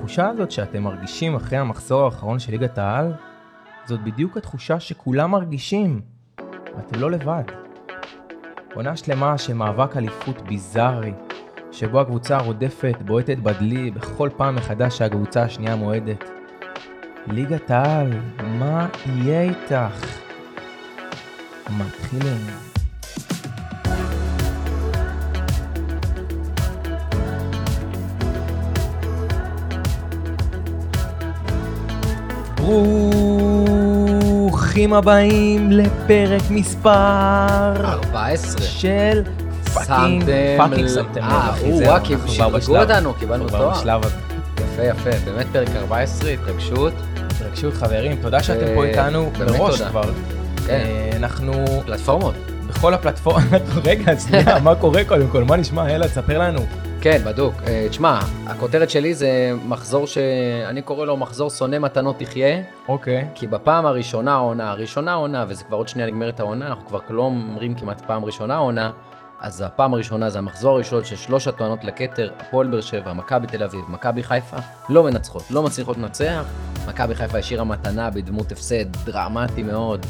התחושה הזאת שאתם מרגישים אחרי המחזור האחרון של ליגת העל, זאת בדיוק התחושה שכולם מרגישים. אתם לא לבד. עונה שלמה של מאבק אליפות ביזארי, שבו הקבוצה הרודפת בועטת בדלי בכל פעם מחדש שהקבוצה השנייה מועדת. ליגת העל, מה יהיה איתך? מתחילים. ברוכים הבאים לפרק מספר 14 של פאקינג שמתם לב. קיבלנו אותנו, קיבלנו תואר. בשלב הזה. יפה, באמת פרק 14, התרגשות, חברים, תודה שאתם פה איתנו מראש כבר. אנחנו פלטפורמות. בכל הפלטפורמות, רגע, שנייה, מה קורה קודם כל? מה נשמע? אלה, תספר לנו. כן, בדוק. תשמע, הכותרת שלי זה מחזור שאני קורא לו מחזור שונא מתנות תחיה. אוקיי. כי בפעם הראשונה העונה, וזה כבר עוד שנייה נגמרת העונה, אנחנו כבר לא אומרים כמעט פעם ראשונה העונה, אז הפעם הראשונה זה המחזור הראשון של 3 טוענות לכתר, הפועל באר שבע, מכבי תל אביב, מכבי חיפה, לא מנצחות, לא מצליחות לנצח. מכבי חיפה השאירה מתנה בדמות הפסד דרמטי מאוד,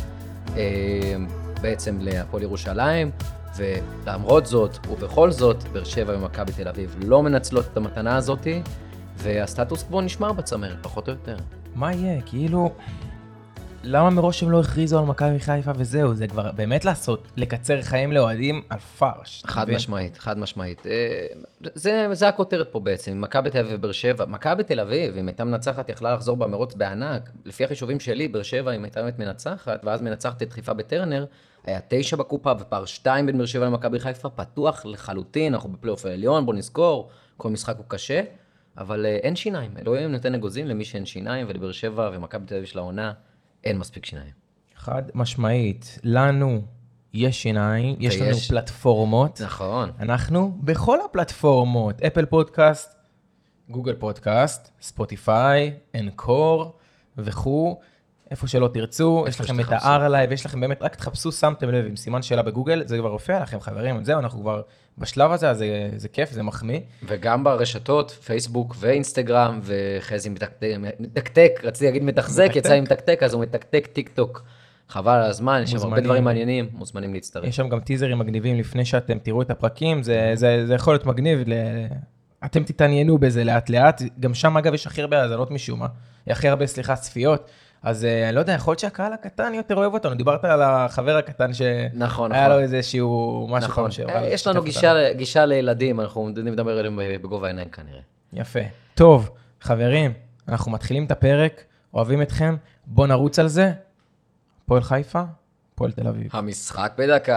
בעצם להפועל ירושלים. ולמרות זאת, ובכל זאת, באר שבע ומכבי תל אביב לא מנצלות את המתנה הזאת, והסטטוס קוו נשמר בצמרת, פחות או יותר. מה יהיה? כאילו, למה מראש הם לא הכריזו על מכבי חיפה וזהו? זה כבר באמת לקצר חיים לאוהדים על פרש. חד משמעית. זה הכותרת פה בעצם, מכבי תל אביב ובאר שבע. מכבי תל אביב, אם הייתה מנצחת, יכלה לחזור במרוץ בענק. לפי החישובים שלי, באר שבע, אם הייתה באמת מנצחת, ואז מנצחת את חיפה בטרנר, היה 9 בקופה ופער 2 בין באר שבע למכבי חיפה, פתוח לחלוטין, אנחנו בפלייאוף העליון, בוא נזכור, כל משחק הוא קשה, אבל אין שיניים, אלוהים נותן אגוזים למי שאין שיניים, ולבאר שבע ומכבי תל אביב של העונה, אין מספיק שיניים. חד משמעית, לנו יש שיניים, יש לנו פלטפורמות. נכון. אנחנו בכל הפלטפורמות, אפל פודקאסט, גוגל פודקאסט, ספוטיפיי, אנקור וכו'. איפה שלא תרצו, יש לכם את ה-R-Live, יש לכם באמת, רק תחפשו, שמתם לב עם סימן שאלה בגוגל, זה כבר הופיע לכם חברים, זהו, אנחנו כבר בשלב הזה, אז זה כיף, זה מחמיא. וגם ברשתות, פייסבוק ואינסטגרם, וחזי מתקתק, רציתי להגיד מתחזק, יצא עם מתקתק, אז הוא מתקתק טיק טוק. חבל על הזמן, יש שם הרבה דברים מעניינים, מוזמנים להצטרף. יש שם גם טיזרים מגניבים לפני שאתם תראו את הפרקים, זה יכול להיות מגניב, אתם תתעניינו בזה לאט לאט, גם שם אגב יש הכי הרבה האזנות משום מה, הכי הרבה צפיות. אז אני לא יודע, יכול להיות שהקהל הקטן יותר אוהב אותנו, דיברת על החבר הקטן שהיה לו איזשהו משהו נכון. יש לנו גישה לילדים, אנחנו נדבר עליהם בגובה העיניים כנראה. יפה. טוב, חברים, אנחנו מתחילים את הפרק, אוהבים אתכם, בוא נרוץ על זה. הפועל חיפה, הפועל תל אביב. המשחק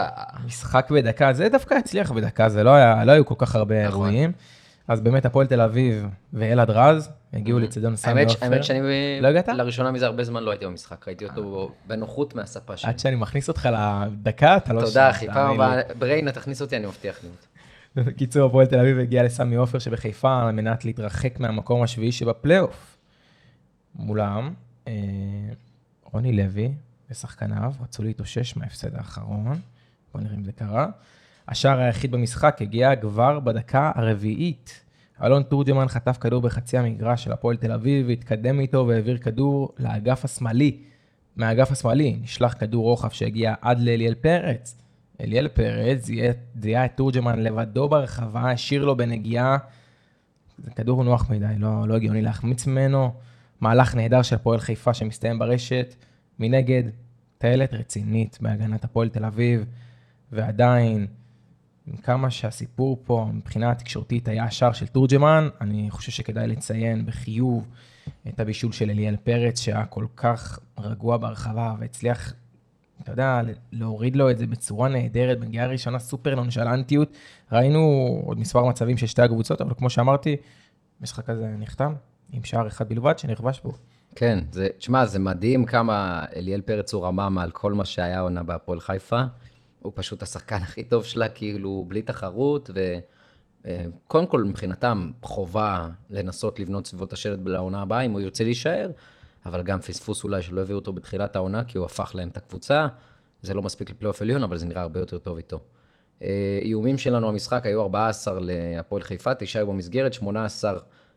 בדקה. זה דווקא הצליח בדקה, זה לא היו כל כך הרבה אירועים. אז באמת הפועל תל אביב ואלעד רז הגיעו לצדון סמי עופר. האמת שאני לא הגעת? לראשונה מזה הרבה זמן לא הייתי במשחק, ראיתי אותו בנוחות מהספה שלי. עד שאני מכניס אותך לדקה, אתה לא שם. תודה אחי, פעם הבאה, בריינה תכניס אותי, אני מבטיח לי. בקיצור, הפועל תל אביב הגיע לסמי עופר שבחיפה, על מנת להתרחק מהמקום השביעי שבפלייאוף. מולם, רוני לוי ושחקניו רצו להתאושש מההפסד האחרון. בוא נראה אם זה קרה. השער היחיד במשחק הגיע כבר בדקה הרביעית. אלון תורג'מן חטף כדור בחצי המגרש של הפועל תל אביב, והתקדם איתו והעביר כדור לאגף השמאלי. מהאגף השמאלי נשלח כדור רוחב שהגיע עד לאליאל פרץ. אליאל פרץ זיהה את תורג'מן לבדו ברחבה, השאיר לו בנגיעה. זה כדור נוח מדי, לא הגיוני להחמיץ ממנו. מהלך נהדר של הפועל חיפה שמסתיים ברשת. מנגד, טיילת רצינית בהגנת הפועל תל אביב, ועדיין, עם כמה שהסיפור פה מבחינה התקשורתית היה השער של תורג'מן, אני חושב שכדאי לציין בחיוב את הבישול של אליאל פרץ, שהיה כל כך רגוע ברחבה, והצליח, אתה יודע, להוריד לו את זה בצורה נהדרת, בנגיעה ראשונה סופר נונשלנטיות. ראינו עוד מספר מצבים של שתי הקבוצות, אבל כמו שאמרתי, המשחק הזה נחתם עם שער אחד בלבד שנכבש בו. כן, תשמע, זה מדהים כמה אליאל פרץ הוא רמה מעל כל מה שהיה עונה בהפועל חיפה. הוא פשוט השחקן הכי טוב שלה, כאילו, בלי תחרות, וקודם כל, מבחינתם, חובה לנסות לבנות סביבות השלט לעונה הבאה, אם הוא ירצה להישאר, אבל גם פספוס אולי שלא הביאו אותו בתחילת העונה, כי הוא הפך להם את הקבוצה. זה לא מספיק לפלייאוף עליון, אבל זה נראה הרבה יותר טוב איתו. איומים שלנו המשחק היו 14 להפועל חיפה, 9 היו במסגרת, 18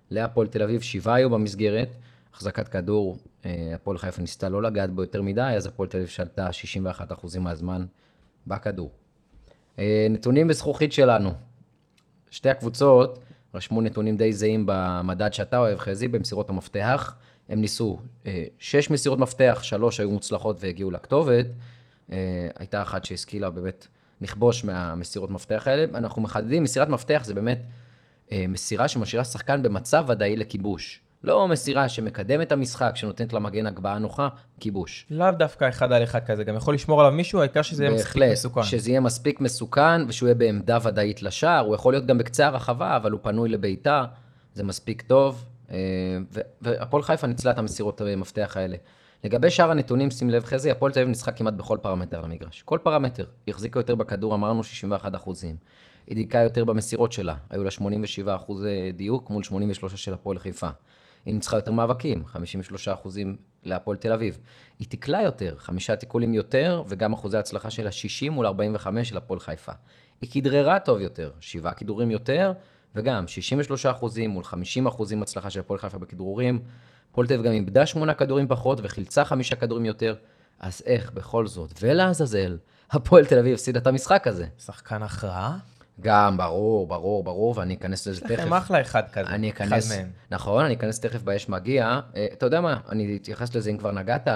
להפועל תל אביב 7 היו במסגרת, החזקת כדור, הפועל חיפה ניסתה לא לגעת בו יותר מדי, אז הפועל תל אביב שלטה 61% מהזמן בכדור. נתונים בזכוכית שלנו, שתי הקבוצות רשמו נתונים די זהים במדד שאתה אוהב, חזי, במסירות המפתח. הם ניסו 6 מסירות מפתח, 3 היו מוצלחות והגיעו לכתובת. הייתה אחת שהשכילה באמת נכבוש מהמסירות מפתח האלה. אנחנו מחדדים, מסירת מפתח זה באמת מסירה שמשאירה שחקן במצב ודאי לכיבוש. לא מסירה שמקדמת את המשחק, שנותנת למגן הגבהה נוחה, כיבוש. לאו דווקא אחד על אחד כזה, גם יכול לשמור עליו מישהו, העיקר שזה יהיה מספיק מסוכן. שזה יהיה מספיק מסוכן, ושהוא יהיה בעמדה ודאית לשער, הוא יכול להיות גם בקצה הרחבה, אבל הוא פנוי לביתה, זה מספיק טוב, והפועל חיפה ניצלה את המסירות המפתח האלה. לגבי שאר הנתונים, שים לב חזי, הפועל תל אביב נשחק כמעט בכל פרמטר למגרש. כל פרמטר, היא החזיקה יותר בכדור, אמרנו 61%. היא דייקה יותר במסירות שלה, היו לה 87% דיוק מול 83% של הפועל חיפה. היא ניצחה יותר מאבקים, 53% להפועל תל אביב. היא תקלה יותר, 5 תיקולים יותר, וגם אחוזי ההצלחה שלה 60 מול 45 של הפועל חיפה. היא כדררה טוב יותר, 7 כדורים יותר, וגם 63% מול 50% הצלחה של הפועל חיפה בכדרורים. הפועל תל אביב גם איבדה 8 כדורים פחות, וחילצה 5 כדורים יותר. אז איך בכל זאת, ולעזאזל, הפועל תל אביב הפסידה את המשחק הזה. שחקן הכרעה? גם, ברור, ואני אכנס לזה תכף. לכם אחלה אחד כזה, אחד מהם. נכון, אני אכנס תכף באש מגיע. אתה יודע מה, אני אתייחס לזה אם כבר נגעת.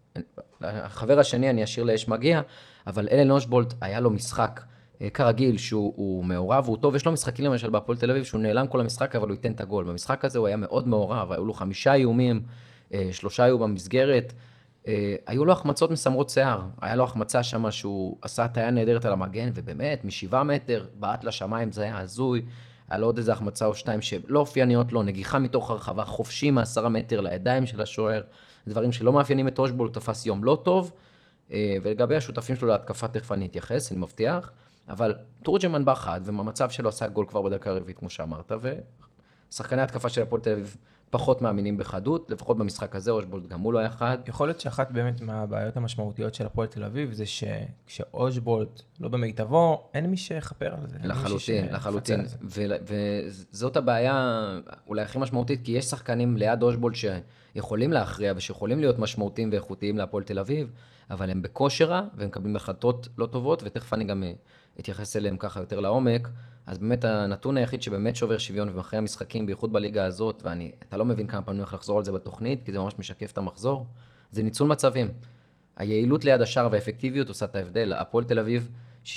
החבר השני אני אשאיר לאש מגיע, אבל אלן אושבולט היה לו משחק כרגיל שהוא מעורב, הוא טוב, יש לו משחקים למשל בהפועל תל אביב, שהוא נעלם כל המשחק, אבל הוא ייתן את הגול. במשחק הזה הוא היה מאוד מעורב, היו לו 5 איומים, 3 היו במסגרת, היו לו החמצות מסמרות שיער, היה לו החמצה שם שהוא עשה הטעיה נהדרת על המגן, ובאמת, מ7 מטר, בעט לשמיים, זה היה הזוי, היה לו עוד איזה החמצה או 2 שלא אופייניות לו, נגיחה מתוך הרחבה, חופשי מ10 מטר לידיים של השוער, דברים שלא מאפיינים את אושבולט, תפס יום לא טוב, ולגבי השותפים שלו להתקפה תכף אני אתייחס, אני מבטיח, אבל תורג'מן בחד, ומהמצב שלו עשה גול כבר בדקה הרביעית, כמו שאמרת, ושחקני התקפה של הפועל תל אביב פחות מאמינים בחדות, לפחות במשחק הזה, אושבולט גם הוא לא היה חד. יכול להיות שאחת באמת מהבעיות המשמעותיות של הפועל תל אביב, זה שכשאושבולט לא במיטבו, אין מי שיחפר על זה. לחלוטין. וזאת הבעיה אולי הכי משמעותית, כי יש שחקנים ליד אושבולט שיכולים להכריע, ושיכולים להיות משמעותיים ואיכותיים להפועל תל אביב, אבל הם בכושר רע, והם מקבלים החלטות לא טובות, ותכף אני גם אתייחס אליהם ככה יותר לעומק. אז באמת הנתון היחיד שבאמת שובר שוויון ומחרי המשחקים, בייחוד בליגה הזאת, אתה לא מבין כמה פעמים איך לחזור על זה בתוכנית, כי זה ממש משקף את המחזור, זה ניצול מצבים. היעילות ליד השער והאפקטיביות עושה את ההבדל. הפועל תל אביב, 64%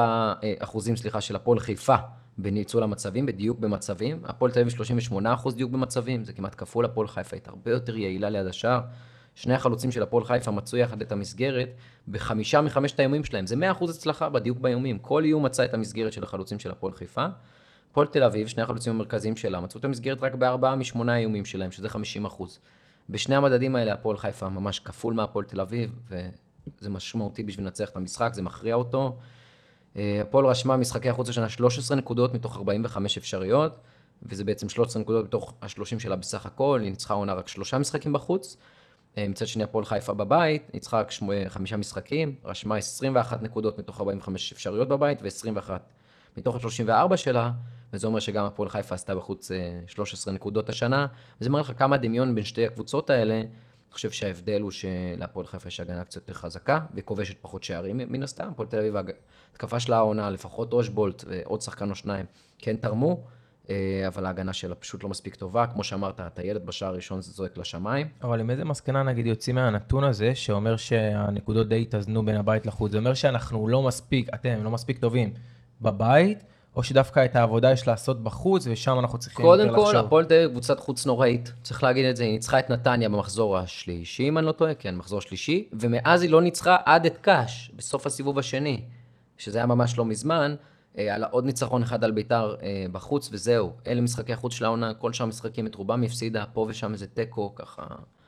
של הפועל חיפה בניצול המצבים, בדיוק במצבים. הפועל תל אביב 38% דיוק במצבים, זה כמעט כפול. הפועל חיפה הייתה הרבה יותר יעילה ליד השער. שני החלוצים של הפועל חיפה מצאו יחד את המסגרת ב5 מחמשת האיומים שלהם. זה 100% הצלחה בדיוק באיומים. כל איום מצא את המסגרת של החלוצים של הפועל חיפה. הפועל תל אביב, שני החלוצים המרכזיים שלה, מצאו את המסגרת רק ב4 מ8 האיומים שלהם, שזה 50%. בשני המדדים האלה הפועל חיפה ממש כפול מהפועל תל אביב, וזה משמעותי בשביל לנצח את המשחק, זה מכריע אותו. הפועל רשמה משחקי החוץ השנה 13 נקודות מתוך 45 אפשריות, וזה בעצם 13 נקודות מתוך ה30 שלה בסך הכל. היא ניצחה עונה רק 3 משחקים בחוץ. מצד שני הפועל חיפה בבית, ניצחה רק 5 משחקים, רשמה 21 נקודות מתוך 45 אפשריות בבית, ו21 מתוך ה34 שלה, וזה אומר שגם הפועל חיפה עשתה בחוץ 13 נקודות השנה, וזה מראה לך כמה דמיון בין שתי הקבוצות האלה. אני חושב שההבדל הוא שלהפועל חיפה יש הגנה קצת יותר חזקה, וכובשת פחות שערים מן הסתם. הפועל תל אביב, התקפה שלה העונה, לפחות אושבולט ועוד שחקן או שניים, כן תרמו, אבל ההגנה שלה פשוט לא מספיק טובה. כמו שאמרת, את הילד בשער הראשון זה זועק לשמיים. אבל עם איזה מסקנה נגיד יוצאים מהנתון הזה, שאומר שהנקודות די התאזנו בין הבית לחוץ, זה אומר שאנחנו לא מספיק, אתם לא מספיק טובים בבית, או שדווקא את העבודה יש לעשות בחוץ, ושם אנחנו צריכים יותר לחשוב. קודם כל, הפועל תל אביב קבוצת חוץ נוראית, צריך להגיד את זה, היא ניצחה את נתניה במחזור השלישי, אם אני לא טועה, כן, מחזור שלישי, ומאז היא לא ניצחה עד את קאש, בסוף הסיבוב השני, שזה היה ממש לא מזמן, על עוד ניצחון אחד על ביתר בחוץ, וזהו. אלה משחקי החוץ של העונה, כל שאר משחקים את רובם הפסידה, פה ושם איזה טקו, ככה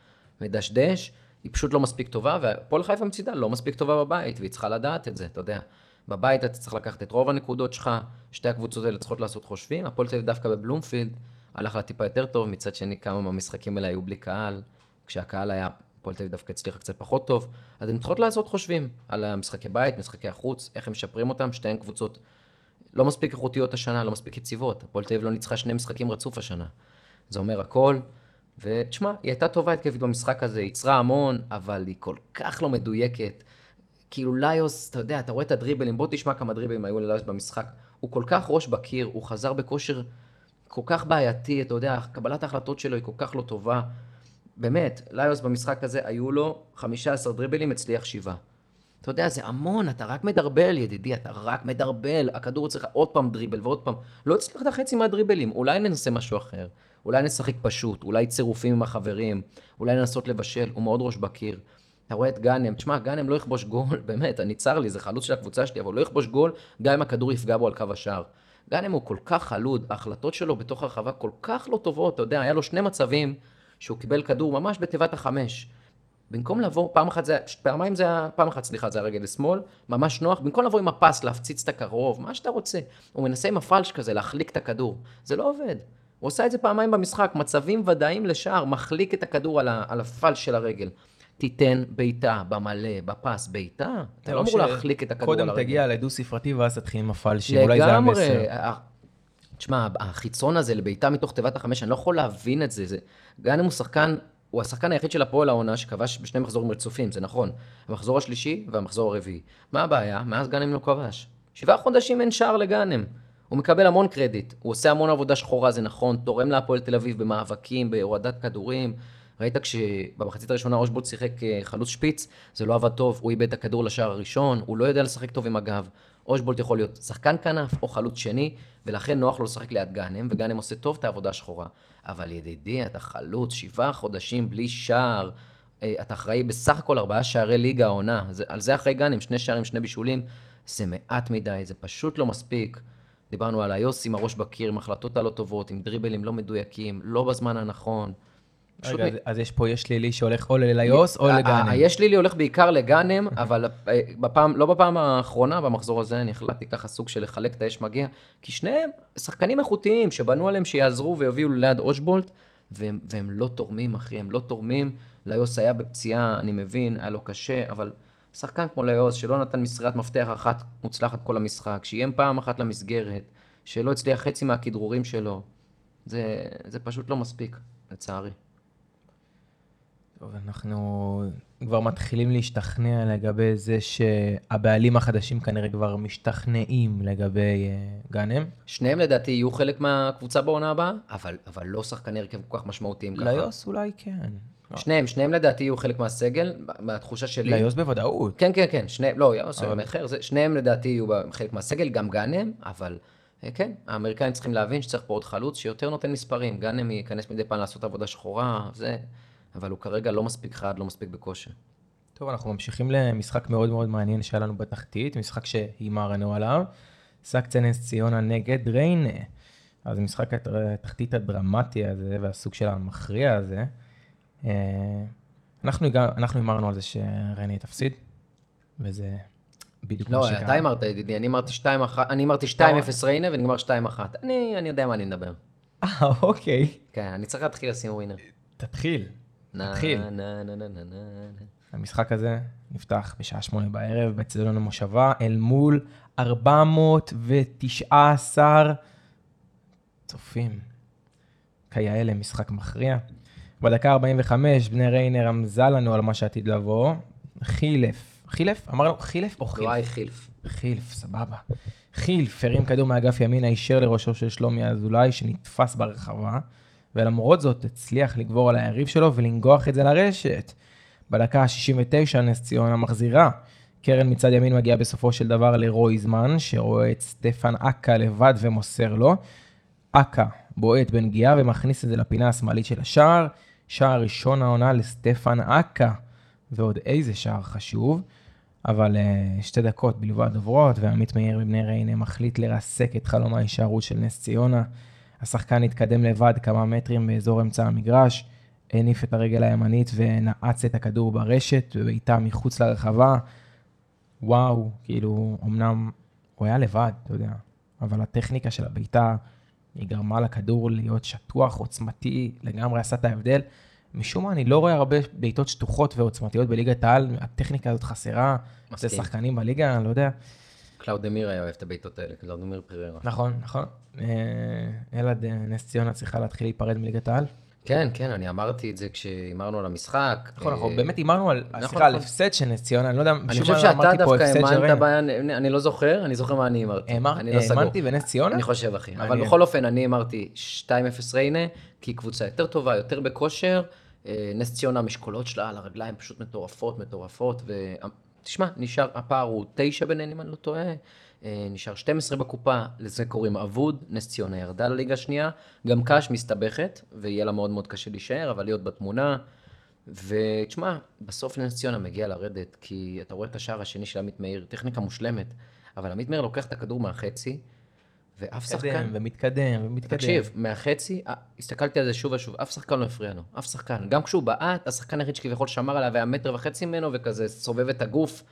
מדשדש, היא פשוט לא מספיק טובה, והפועל חיפה מצידה לא מספיק טובה בבית, והיא צריכה לדעת את זה, אתה יודע. בבית אתה צריך לקחת את רוב הנקודות שלך, שתי הקבוצות האלה צריכות לעשות חושבים, הפועל תל אביב דווקא בבלומפילד, הלך לה טיפה יותר טוב, מצד שני כמה מהמשחקים האלה היו בלי קהל, כשהקהל היה, הפועל תל אביב דווקא הצליחה קצת פחות טוב, אז הן צריכות לעשות חושבים על המשחקי בית, משחקי החוץ, איך הם משפרים אותם, שתיהן קבוצות לא מספיק איכותיות השנה, לא מספיק יציבות. הפועל תל אביב לא ניצחה 2 משחקים רצוף השנה. זה אומר הכל. ותשמע, היא הייתה טובה התקפית במשחק הזה, היא יצרה המון, אבל היא כל כך לא מדויקת. כאילו ליוס, אתה יודע, אתה רואה את הדריבלים, בוא תשמע כמה דריבלים היו לליוס במשחק. הוא כל כך ראש בקיר, הוא חזר בכושר כל כך בעייתי, אתה יודע, קבלת ההחלטות שלו היא כל כך לא טובה. באמת, ליוס במשחק הזה היו לו 15 דריבלים, הצליח 7. אתה יודע, זה המון, אתה רק מדרבל, ידידי, אתה רק מדרבל. הכדור צריך עוד פעם דריבל ועוד פעם. לא הצליח את החצי מהדריבלים, אולי ננסה משהו אחר. אולי נשחק פשוט, אולי צירופים עם החברים, אולי ננסות לבשל, הוא מאוד ראש בקיר. אתה רואה את גאנם, תשמע, גאנם לא יכבוש גול, באמת, אני צר לי, זה חלוץ של הקבוצה שלי, אבל לא יכבוש גול, גם אם הכדור יפגע בו על קו השער. גאנם הוא כל כך חלוד, ההחלטות שלו בתוך הרחבה כל כך לא טובות, אתה יודע, היה לו 2 מצבים שהוא קיבל כדור ממש בתיבת ה5. במקום לבוא, פעמיים זה היה, פעם אחת, סליחה, זה הרגל לשמאל, ממש נוח, במקום לבוא עם הפס, להפציץ את הקרוב, מה שאתה רוצה. הוא מנסה עם הפלש כזה, להחליק את הכדור. זה לא עובד. הוא עושה את זה פעמיים במשחק, מצבים ודאיים לשער, מחליק את הכדור על הפלש של הרגל. תיתן בעיטה, במלא, בפס, בעיטה. אתה לא אמור להחליק את הכדור על הרגל. קודם תגיע לדו ספרתי ואז תתחיל עם הפלשים, אולי זה המסר. תשמע, החיצון הזה לבעיטה מתוך תיבת ה5, אני לא יכול להבין את זה. גאנם הוא השחקן היחיד של הפועל העונה שכבש בשני מחזורים רצופים, זה נכון. המחזור השלישי והמחזור הרביעי. מה הבעיה? מאז גאנם לא כבש. 7 חודשים אין שער לגאנם. הוא מקבל המון קרדיט, הוא עושה המון עבודה שחורה, זה נכון, תורם להפועל תל אביב במאבקים, בהורדת כדורים. ראית כשבמחצית הראשונה אושבולט שיחק חלוץ שפיץ, זה לא עבד טוב, הוא איבד את הכדור לשער הראשון, הוא לא יודע לשחק טוב עם הגב. אושבולט יכול להיות שחקן כנף או חלוץ שני, ולכן נוח לו לשחק ליד גאנם, וגאנם עושה טוב את העבודה השחורה. אבל ידידי, אתה חלוץ 7 חודשים בלי שער, אתה אחראי בסך הכל 4 שערי ליגה העונה, על זה אחרי גאנם, 2 שערים, 2 בישולים, זה מעט מדי, זה פשוט לא מספיק. דיברנו על היוס עם הראש בקיר, עם החלטות הלא טובות, עם דריבלים לא מדויקים, לא בזמן הנכון. רגע, אז יש שלילי שהולך או ליוס או לגאנם. יש שלילי הולך בעיקר לגאנם, אבל לא בפעם האחרונה, במחזור הזה, אני החלטתי ככה סוג של לחלק את האש מגיע, כי שניהם שחקנים איכותיים שבנו עליהם שיעזרו ויביאו ליד אושבולט, והם לא תורמים, אחי, הם לא תורמים. ליוס היה בפציעה, אני מבין, היה לו קשה, אבל שחקן כמו ליוס שלא נתן מסירת מפתח אחת מוצלחת כל המשחק, שאיים פעם אחת למסגרת, שלא הצליח חצי מהכדרורים שלו, זה פשוט לא מספיק, לצערי. טוב, אנחנו כבר מתחילים להשתכנע לגבי זה שהבעלים החדשים כנראה כבר משתכנעים לגבי גאנם. שניהם לדעתי יהיו חלק מהקבוצה בעונה הבאה, אבל לא שחקני הרכב כל כך משמעותיים ככה. ליוס אולי כן. שניהם לדעתי יהיו חלק מהסגל, מהתחושה שלי. ליוס בוודאות. כן, לא, יוס מאחר, שניהם לדעתי יהיו חלק מהסגל, גם גאנם, אבל כן, האמריקאים צריכים להבין שצריך פה עוד חלוץ שיותר נותן מספרים, גאנם ייכנס מדי פעם לעשות עבודה שחורה, אבל הוא כרגע לא מספיק חד, לא מספיק בכושר. טוב, אנחנו ממשיכים למשחק מאוד מאוד מעניין שהיה לנו בתחתית, משחק שהימרנו עליו, סקציה נס ציונה נגד ריינה. אז משחק התחתית הדרמטי הזה והסוג של המכריע הזה, אנחנו הימרנו על זה שריינה תפסיד, וזה בדיוק מה שקרה. לא, אתה הימרת, ידידי, אני אמרתי 2-0 ריינה ונגמר 2-1. אני יודע מה אני מדבר. אוקיי. כן, אני צריך להתחיל לשים ווינר. תתחיל. המשחק הזה נפתח בשעה 8 בערב, באצטדיון המושבה, אל מול 419 צופים. כיאה משחק מכריע. בדקה 45, בני ריינר רמזה לנו על מה שעתיד לבוא. חילף? אמרנו חילף או חילף? לא, חילף. חילף, סבבה. חילף, הרים כדור מאגף ימין, הישר לראשו של שלומי אזולאי, שנתפס ברחבה, ולמרות זאת הצליח לגבור על היריב שלו ולנגוח את זה לרשת. בדקה ה-69 נס ציונה מחזירה. קרן מצד ימין מגיעה בסופו של דבר לרויזמן, שרואה את סטפן אקה לבד ומוסר לו. אקה בועט בנגיעה ומכניס את זה לפינה השמאלית של השער. שער ראשון העונה לסטפן אקה, ועוד איזה שער חשוב. אבל 2 דקות בלבד עוברות, ועמית מאיר מבני ריינה מחליט לרסק את חלום ההישארות של נס ציונה. השחקן התקדם לבד כמה מטרים באזור אמצע המגרש, הניף את הרגל הימנית ונעץ את הכדור ברשת, ובעיטה מחוץ לרחבה. וואו, כאילו, אמנם הוא היה לבד, אתה יודע, אבל הטכניקה של הבעיטה, היא גרמה לכדור להיות שטוח, עוצמתי, לגמרי עשה את ההבדל. משום מה, אני לא רואה הרבה בעיטות שטוחות ועוצמתיות בליגת העל, הטכניקה הזאת חסרה, זה שחקנים בליגה, אני לא יודע. קלאודמיר היה אוהב את הבעיטות האלה, קלאודמיר פררה. נכון, נכון. אלעד, נס ציונה צריכה להתחיל להיפרד מליגת העל. כן, כן, אני אמרתי את זה כשהימרנו על המשחק. נכון, אנחנו באמת הימרנו על, נכון, סליחה, על נכון. הפסד של נס ציונה, אני לא יודע, אני משום חושב מה שאתה אמרתי פה דווקא הפסד של האמנת ריינה. אני לא זוכר, אני זוכר מה אני אמרתי. אני לא סגור. האמנתי בנס ציונה? אני חושב, אחי. אבל מעניין. בכל אופן, אני אמרתי 2-0 ריינה, כי היא קבוצה יותר טובה, יותר בכושר. נס ציונה, המשקולות שלה על הרגליים פשוט מטורפות. ותשמע, נשאר, הפער הוא 9 ביניהם, אם אני לא טועה. נשאר 12 בקופה, לזה קוראים אבוד. נס ציונה ירדה לליגה השנייה. גם קש מסתבכת, ויהיה לה מאוד מאוד קשה להישאר, אבל להיות בתמונה. ותשמע, בסוף לנס ציונה מגיע לרדת, כי אתה רואה את השער השני של עמית מאיר, טכניקה מושלמת, אבל עמית מאיר לוקח את הכדור מהחצי, ואף שחקן... ומתקדם. תקשיב, מהחצי, הסתכלתי על זה שוב ושוב, אף שחקן לא הפריע לו, אף שחקן. גם כשהוא בעט, השחקן היחיד שכביכול שמר עליו, היה 1.5 מטר ממנו, וכזה סובב את הגוף.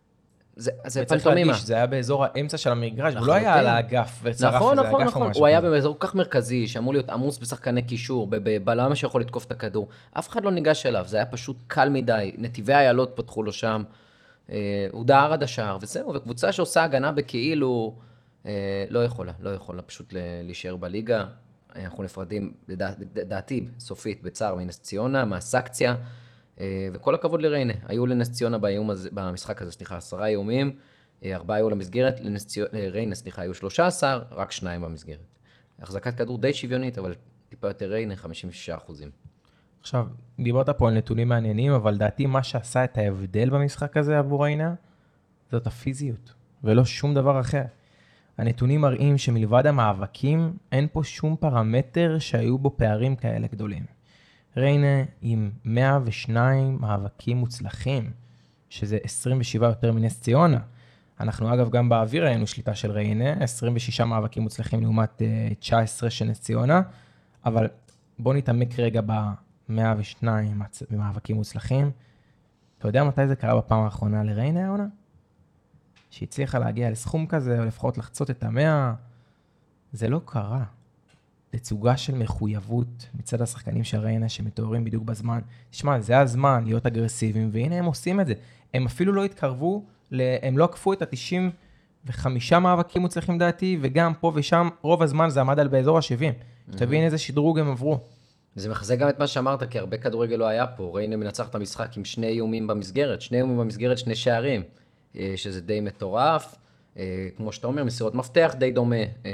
זה וצריך פנטומימה. להדגיש, זה היה באזור האמצע של המגרש, הוא לא היה על האגף וצרף נכון, איזה נכון, אגף או נכון. משהו. הוא היה באזור כל כך מרכזי, שאמור להיות עמוס בשחקני קישור, בבלם שיכול לתקוף את הכדור. אף אחד לא ניגש אליו, זה היה פשוט קל מדי. נתיבי איילות פתחו לו שם, הוא דהר עד השער, וזהו. וקבוצה שעושה הגנה בכאילו, לא יכולה פשוט להישאר בליגה. אנחנו נפרדים, לדעתי, סופית, בצער מנס ציונה, מהסקציה, וכל הכבוד לריינה. היו לנס ציונה במשחק הזה, 10 איומים, 4 היו למסגרת, לריינה, היו 13, רק 2 במסגרת. החזקת כדור די שוויונית, אבל טיפה יותר ריינה, 56%. עכשיו, דיברת פה על נתונים מעניינים, אבל דעתי מה שעשה את ההבדל במשחק הזה עבור ריינה, זאת הפיזיות, ולא שום דבר אחר. הנתונים מראים שמלבד המאבקים, אין פה שום פרמטר שהיו בו פערים כאלה גדולים. ריינה עם 102 מאבקים מוצלחים, שזה 27 יותר מנס ציונה. אנחנו אגב גם באוויר היינו שליטה של ריינה, 26 מאבקים מוצלחים לעומת 19 של נס ציונה, אבל בוא נתעמק רגע ב-102 מאבקים מוצלחים. אתה יודע מתי זה קרה בפעם האחרונה לריינה העונה? שהצליחה להגיע לסכום כזה, או לפחות לחצות את 100, זה לא קרה. תצוגה של מחויבות מצד השחקנים של ריינה שמתוארים בדיוק בזמן. תשמע, זה הזמן להיות אגרסיביים, והנה הם עושים את זה. הם אפילו לא התקרבו, הם לא עקפו את ה-95 מאבקים מוצלחים דעתי, וגם פה ושם רוב הזמן זה עמד על באזור ה-70. שתבין איזה שדרוג הם עברו. זה מחזק גם את מה שאמרת, כי הרבה כדורגל לא היה פה. ריינה מנצח את המשחק עם 2 איומים במסגרת, 2 שערים, שזה די מטורף. כמו שאתה אומר, מסירות מפתח די דומה,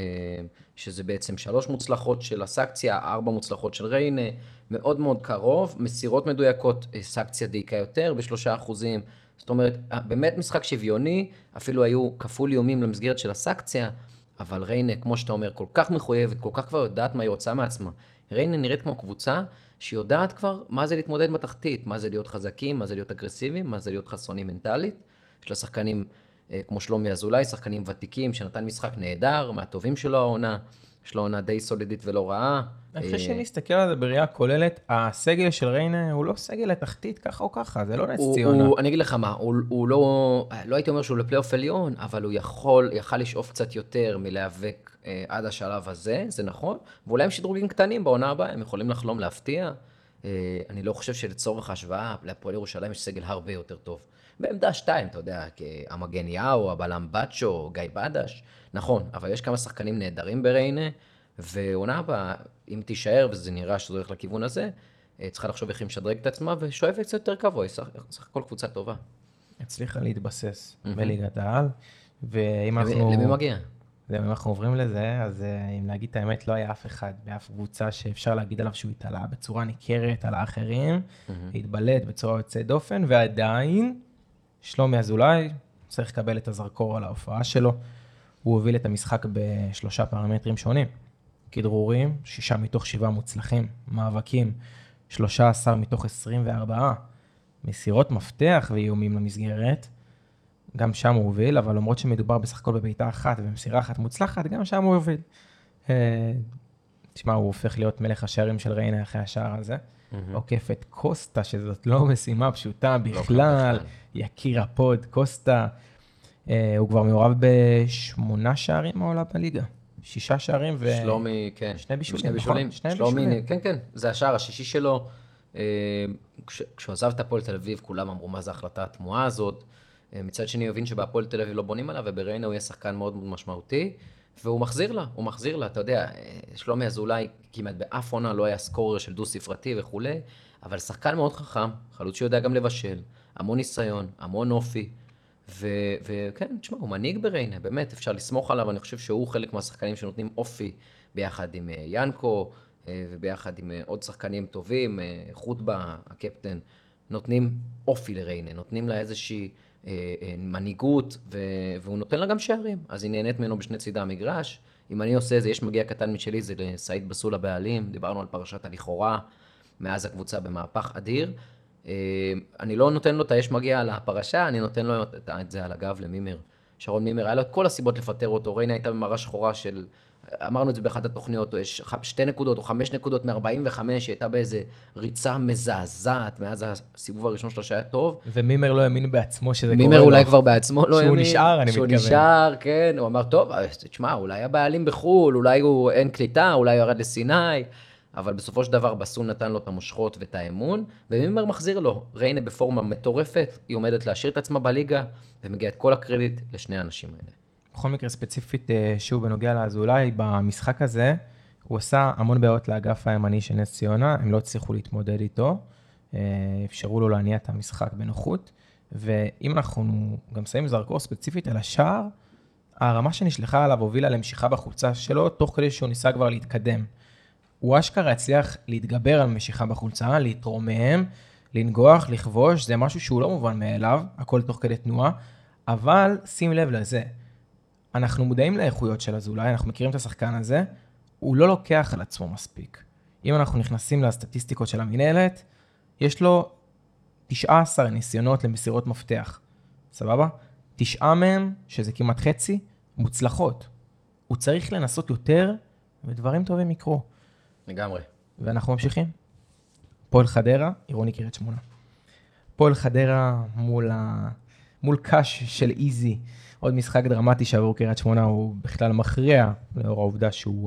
שזה בעצם 3 מוצלחות של הסקציה, 4 מוצלחות של ריינה, מאוד מאוד קרוב, מסירות מדויקות, סקציה דייקה יותר ב3%, זאת אומרת, באמת משחק שוויוני, אפילו היו כפול איומים למסגרת של הסקציה, אבל ריינה, כמו שאתה אומר, כל כך מחויבת, כל כך כבר יודעת מה היא רוצה מעצמה. ריינה נראית כמו קבוצה שיודעת כבר מה זה להתמודד בתחתית, מה זה להיות חזקים, מה זה להיות אגרסיביים, מה זה להיות חסונים מנטלית. יש לה שחקנים כמו שלומי אזולאי, שחקנים ותיקים שנתן משחק נהדר, מהטובים שלו העונה, יש לו עונה די סולידית ולא רעה. אני חושב שאם נסתכל על זה בראייה כוללת, הסגל של ריינה הוא לא סגל לתחתית ככה או ככה, זה לא נס ציונה. אני אגיד לך מה, הוא לא הייתי אומר שהוא לפלייאוף עליון, אבל הוא יכל לשאוף קצת יותר מלהיאבק עד השלב הזה, זה נכון, ואולי הם שדרוגים קטנים בעונה הבאה, הם יכולים לחלום להפתיע. אני לא חושב שלצורך ההשוואה, להפועל ירושלים יש סגל הרבה יותר טוב. בעמדה 2, אתה יודע, המגן יאו, הבלם בצ'ו, גיא בדש, נכון, אבל יש כמה שחקנים נהדרים בריינה, ועונה הבאה, אם תישאר, וזה נראה שזה הולך לכיוון הזה, צריכה לחשוב איך היא משדרג את עצמה, ושואפת קצת יותר קבוע, סך הכל קבוצה טובה. הצליחה להתבסס בליגת העל, ואם אנחנו... למי מגיע? אם אנחנו עוברים לזה, אז אם להגיד את האמת, לא היה אף אחד באף קבוצה שאפשר להגיד עליו שהוא התעלה בצורה ניכרת על האחרים, התבלט בצורה יוצאת דופן, ועדיין שלומי אזולאי צריך לקבל את הזרקור על ההופעה שלו. הוא הוביל את המשחק ב3 פרמטרים שונים. כדרורים, 6 מתוך 7 מוצלחים, מאבקים, 13 מתוך 24, מסירות מפתח ואיומים למסגרת. גם שם הוא הוביל, אבל למרות שמדובר בסך הכל בביתה אחת ובמסירה אחת מוצלחת, גם שם הוא הוביל. תשמע, הוא הופך להיות מלך השערים של ריינה אחרי השער הזה. עוקף את קוסטה, שזאת לא משימה פשוטה בכלל, יקיר הפוד, קוסטה. הוא כבר מעורב ב8 שערים מעולה בליגה. 6 שערים ו... שלומי, כן. 2 בישולים. שלומי, כן, כן. זה השער השישי שלו. כשהוא עזב את הפועל תל אביב, כולם אמרו מה זה ההחלטה התמוהה הזאת. מצד שני, הוא הבין שבהפועל תל אביב לא בונים עליו, ובריינה הוא יהיה שחקן מאוד מאוד משמעותי, והוא מחזיר לה, אתה יודע, שלומי אזולאי כמעט באף עונה לא היה סקורר של דו ספרתי וכולי, אבל שחקן מאוד חכם, חלוץ שיודע גם לבשל, המון ניסיון, המון אופי, וכן, תשמע, הוא מנהיג בריינה, באמת, אפשר לסמוך עליו, אני חושב שהוא חלק מהשחקנים שנותנים אופי ביחד עם ינקו, וביחד עם עוד שחקנים טובים, חוטבה, הקפטן, נותנים אופי לריינה, נותנים לה איזושהי מנהיגות, והוא נותן לה גם שערים, אז היא נהנית ממנו בשני צידי המגרש. אם אני עושה זה, יש מגיע קטן משלי, זה לסעיד בסול הבעלים, דיברנו על פרשת הלכאורה, מאז הקבוצה במהפך אדיר. אני לא נותן לו את היש מגיע על הפרשה, אני נותן לו את זה על הגב למימר. שרון מימר, היה לו את כל הסיבות לפטר אותו, ריינה הייתה במראה שחורה של, אמרנו את זה באחת התוכניות, יש 2 נקודות או 5 נקודות מ-45, היא הייתה באיזה ריצה מזעזעת, מאז הסיבוב הראשון שלו שהיה טוב. ומימר לא האמין בעצמו שזה קורה לו. מימר אולי כבר בעצמו לא האמין. שהוא נשאר, אני מתכוון. שהוא נשאר, כן, הוא אמר, טוב, תשמע, אולי הבעלים בחול, אולי הוא אין קליטה, אולי הוא ירד לסיני, אבל בסופו של דבר בסון נתן לו את המושכות ואת האמון, ומימר מחזיר לו. ריינה בפורמה מטורפת, היא עומדת להשאיר את עצמה בליגה, ומגיע את כל הקרדיט לשני האנשים האלה. בכל מקרה ספציפית, שוב בנוגע לאזולאי, במשחק הזה, הוא עשה המון בעיות לאגף הימני של נס ציונה, הם לא הצליחו להתמודד איתו, אפשרו לו להניע את המשחק בנוחות, ואם אנחנו גם שמים זרקור ספציפית על השער, הרמה שנשלחה עליו הובילה למשיכה בחולצה שלו, תוך כדי שהוא ניסה כבר להתקדם. הוא אשכרה הצליח להתגבר על משיכה בחולצה, להתרומם, לנגוח, לכבוש, זה משהו שהוא לא מובן מאליו, הכל תוך כדי תנועה, אבל שים לב לזה, אנחנו מודעים לאיכויות של אזולאי, אנחנו מכירים את השחקן הזה, הוא לא לוקח על עצמו מספיק. אם אנחנו נכנסים לסטטיסטיקות של המנהלת, יש לו 19 ניסיונות למסירות מפתח, סבבה? 9 מהם, שזה כמעט חצי, מוצלחות. הוא צריך לנסות יותר, ודברים טובים יקרו. לגמרי. ואנחנו ממשיכים. פועל חדרה, עירוני קריית שמונה. פועל חדרה מול קש של איזי, עוד משחק דרמטי שעבור קריית שמונה הוא בכלל מכריע, לאור העובדה שהוא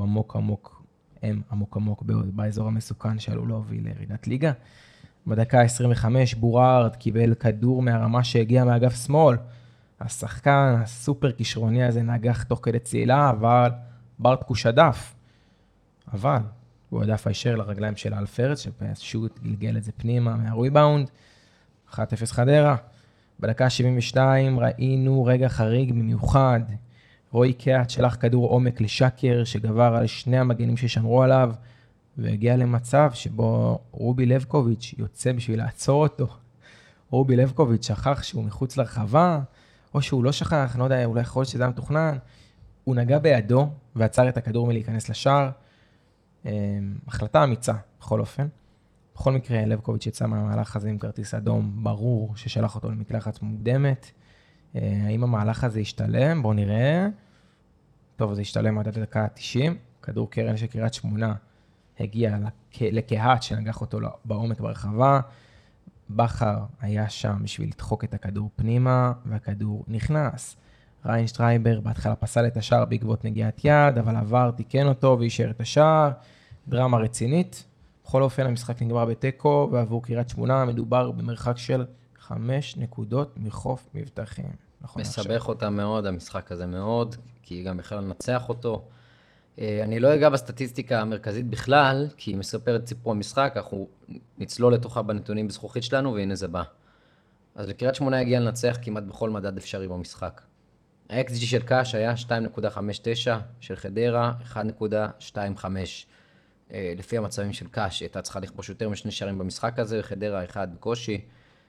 עמוק באזור המסוכן שעלול להוביל לירידת ליגה. בדקה 25 בורארד קיבל כדור מהרמה שהגיע מאגף שמאל. השחקן הסופר כישרוני הזה נגח תוך כדי צלילה, אבל ברטקו שדף. אבל הוא הדף הישר לרגליים של אלפרץ, שפשוט גלגל את זה פנימה מהריבאונד. 1-0 חדרה. בדקה 72 ראינו רגע חריג במיוחד. רועי קהת שלח כדור עומק לשקר, שגבר על שני המגנים ששמרו עליו, והגיע למצב שבו רובי לבקוביץ' יוצא בשביל לעצור אותו. רובי לבקוביץ' שכח שהוא מחוץ לרחבה, או שהוא לא שכח, לא יודע, אולי יכול שזה היה מתוכנן. הוא נגע בידו ועצר את הכדור מלהיכנס לשער. החלטה אמיצה, בכל אופן. בכל מקרה, לבקוביץ' יצא מהמהלך הזה עם כרטיס אדום ברור ששלח אותו למקלחת מוקדמת. האם המהלך הזה ישתלם? בואו נראה. טוב, זה ישתלם עד הדקה 90. כדור קרן של קריית שמונה הגיע לקהת שנגח אותו בעומק ברחבה. בכר היה שם בשביל לדחוק את הכדור פנימה, והכדור נכנס. ריין שטרייבר בהתחלה פסל את השער בעקבות נגיעת יד, אבל עבר, תיקן אותו ואישר את השער. דרמה רצינית. בכל אופן, המשחק נגמר בתיקו, ועבור קריית שמונה מדובר במרחק של 5 נקודות מחוף מבטחים. מסבך אותה מאוד, המשחק הזה מאוד, כי גם בכלל לנצח אותו. אני לא אגע בסטטיסטיקה המרכזית בכלל, כי היא מספרת את סיפור המשחק, אנחנו נצלול לתוכה בנתונים בזכוכית שלנו, והנה זה בא. אז לקריית שמונה הגיע לנצח כמעט בכל מדד אפשרי במשחק. ה-XG של קאש היה 2.59, של חדרה 1.25. לפי המצבים של קאש, הייתה צריכה לכבוש יותר משני שערים במשחק הזה, חדרה 1 בקושי.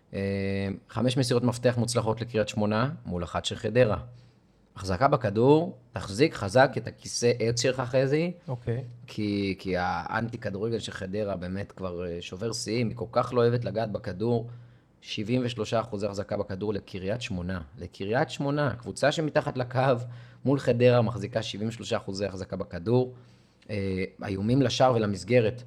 5 מסירות מפתח מוצלחות לקריית שמונה, מול 1 של חדרה. החזקה בכדור, תחזיק חזק את הכיסא עץ שלך חזי, כי האנטי כדורגל של חדרה באמת כבר שובר שיאים, היא כל כך לא אוהבת לגעת בכדור, 73% החזקה בכדור לקריית שמונה. לקריית שמונה, קבוצה שמתחת לקו מול חדרה מחזיקה 73% החזקה בכדור, איומים לשער ולמסגרת.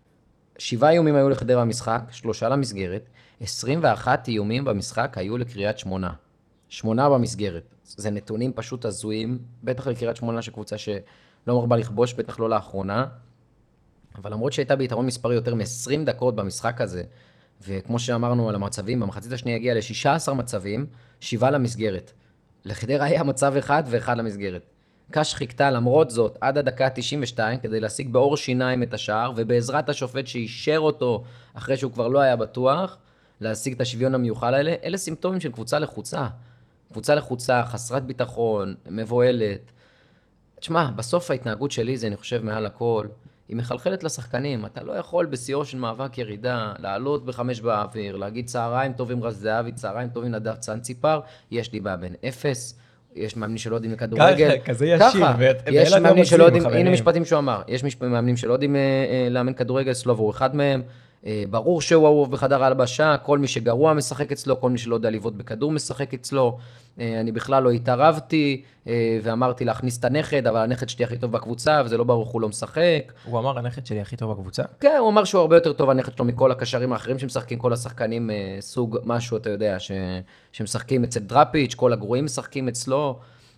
7 איומים היו לחדרה במשחק, 3 למסגרת, 21 איומים במשחק היו לקריית שמונה. 8 במסגרת. זה נתונים פשוט הזויים, בטח לקריית שמונה שקבוצה שלא מרבה לכבוש, בטח לא לאחרונה. אבל למרות שהייתה ביתרון מספרי יותר מ-20 דקות במשחק הזה, וכמו שאמרנו על המצבים, במחצית השנייה הגיע ל-16 מצבים, 7 למסגרת. לחדרה היה מצב אחד ואחד למסגרת. קאש חיכתה למרות זאת עד הדקה 92 כדי להשיג באור שיניים את השער, ובעזרת השופט שאישר אותו אחרי שהוא כבר לא היה בטוח, להשיג את השוויון המיוחל האלה. אלה סימפטומים של קבוצה לחוצה. קבוצה לחוצה, חסרת ביטחון, מבועלת. תשמע, בסוף ההתנהגות שלי זה, אני חושב, מעל הכל, היא מחלחלת לשחקנים. אתה לא יכול בשיאו של מאבק ירידה, לעלות ב5 באוויר, להגיד צהריים טובים רז זהבי, צהריים טובים נדב צאנציפר, יש לי בן 0, יש מאמנים שלא יודעים לכדורגל. כזה ישיר. יש מאמנים שלא יודעים, הנה משפטים שהוא אמר, יש מאמנים שלא יודעים לאמן כדורגל, סלוב הוא אחד מהם. ברור שהוא אהוב בחדר ההלבשה, כל מי שגרוע משחק אצלו, כל מי שלא יודע לבעוט בכדור משחק אצלו. אני בכלל לא התערבתי, ואמרתי להכניס את הנכד, אבל הנכד שלי הכי טוב בקבוצה, וזה לא ברור, הוא לא משחק. הוא אמר, הנכד שלי הכי טוב בקבוצה? כן, הוא אמר שהוא הרבה יותר טוב, הנכד שלו, מכל הקשרים האחרים שמשחקים, כל השחקנים סוג משהו, אתה יודע, שמשחקים אצל דראפיץ', כל הגרועים משחקים אצלו,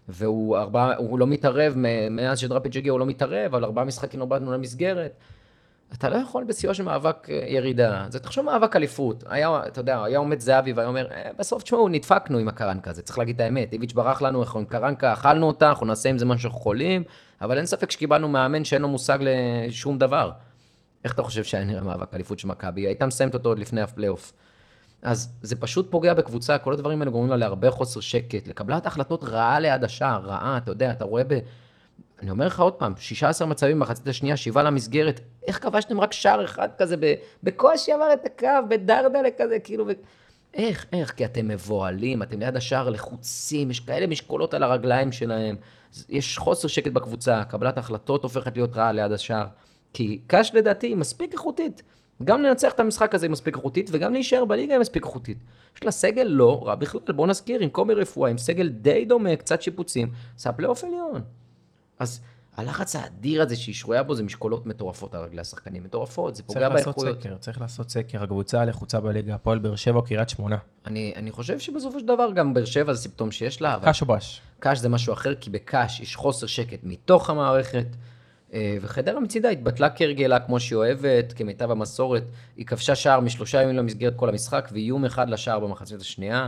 והוא לא מתערב, מאז שדראפיץ' הגיע הוא לא מתערב, אבל 4 משחקים לא באנו למסגרת. אתה לא יכול בסיוע של מאבק ירידה, זה תחשוב מאבק אליפות, אתה יודע, היה עומד זהבי והיה אומר, בסוף תשמעו, נדפקנו עם הקרנקה הזה, צריך להגיד את האמת, איביץ' ברח לנו, אנחנו עם קרנקה, אכלנו אותה, אנחנו נעשה עם זה מה שאנחנו יכולים, אבל אין ספק שקיבלנו מאמן שאין לו מושג לשום דבר. איך אתה חושב שהיה נראה מאבק אליפות של מכבי? הייתה מסיימת אותו עוד לפני הפלייאוף. אז זה פשוט פוגע בקבוצה, כל הדברים האלה גורמים לה להרבה חוסר שקט, לקבלת החלטות רעה ליד השער, רעה, אתה יודע, אתה רואה אני אומר לך עוד פעם, 16 מצבים במחצית השנייה, 7 למסגרת, איך כבשתם רק שער אחד כזה, בקושי עבר את הקו, בדרדלה כזה, כאילו, איך? כי אתם מבועלים, אתם ליד השער לחוצים, יש כאלה משקולות על הרגליים שלהם, יש חוסר שקט בקבוצה, קבלת ההחלטות הופכת להיות רעה ליד השער, כי קאש לדעתי היא מספיק איכותית, גם לנצח את המשחק הזה היא מספיק איכותית, וגם להישאר בליגה היא מספיק איכותית. יש לה סגל לא רע בכלל, בוא נזכיר, עם קומי רפואה, עם סגל די דומה, קצת שיפוצים, זה פלייאוף עליון. אז הלחץ האדיר הזה שהיא שרויה בו, זה משקולות מטורפות על רגלי השחקנים, מטורפות, זה פוגע באיכויות. צריך לעשות סקר, הקבוצה לחוצה בליגה, הפועל באר שבע או קריית שמונה. אני חושב שבסופו של דבר גם באר שבע זה סימפטום שיש לה, אבל קאש או בש? קאש זה משהו אחר, כי בקאש יש חוסר שקט מתוך המערכת, וחדרה מצידה התבטלה כרגלה כמו שהיא אוהבת, כמיטב המסורת, היא כבשה שער מ3 ימים למסגרת כל המשחק, ואיום אחד לשער במחצית השנייה,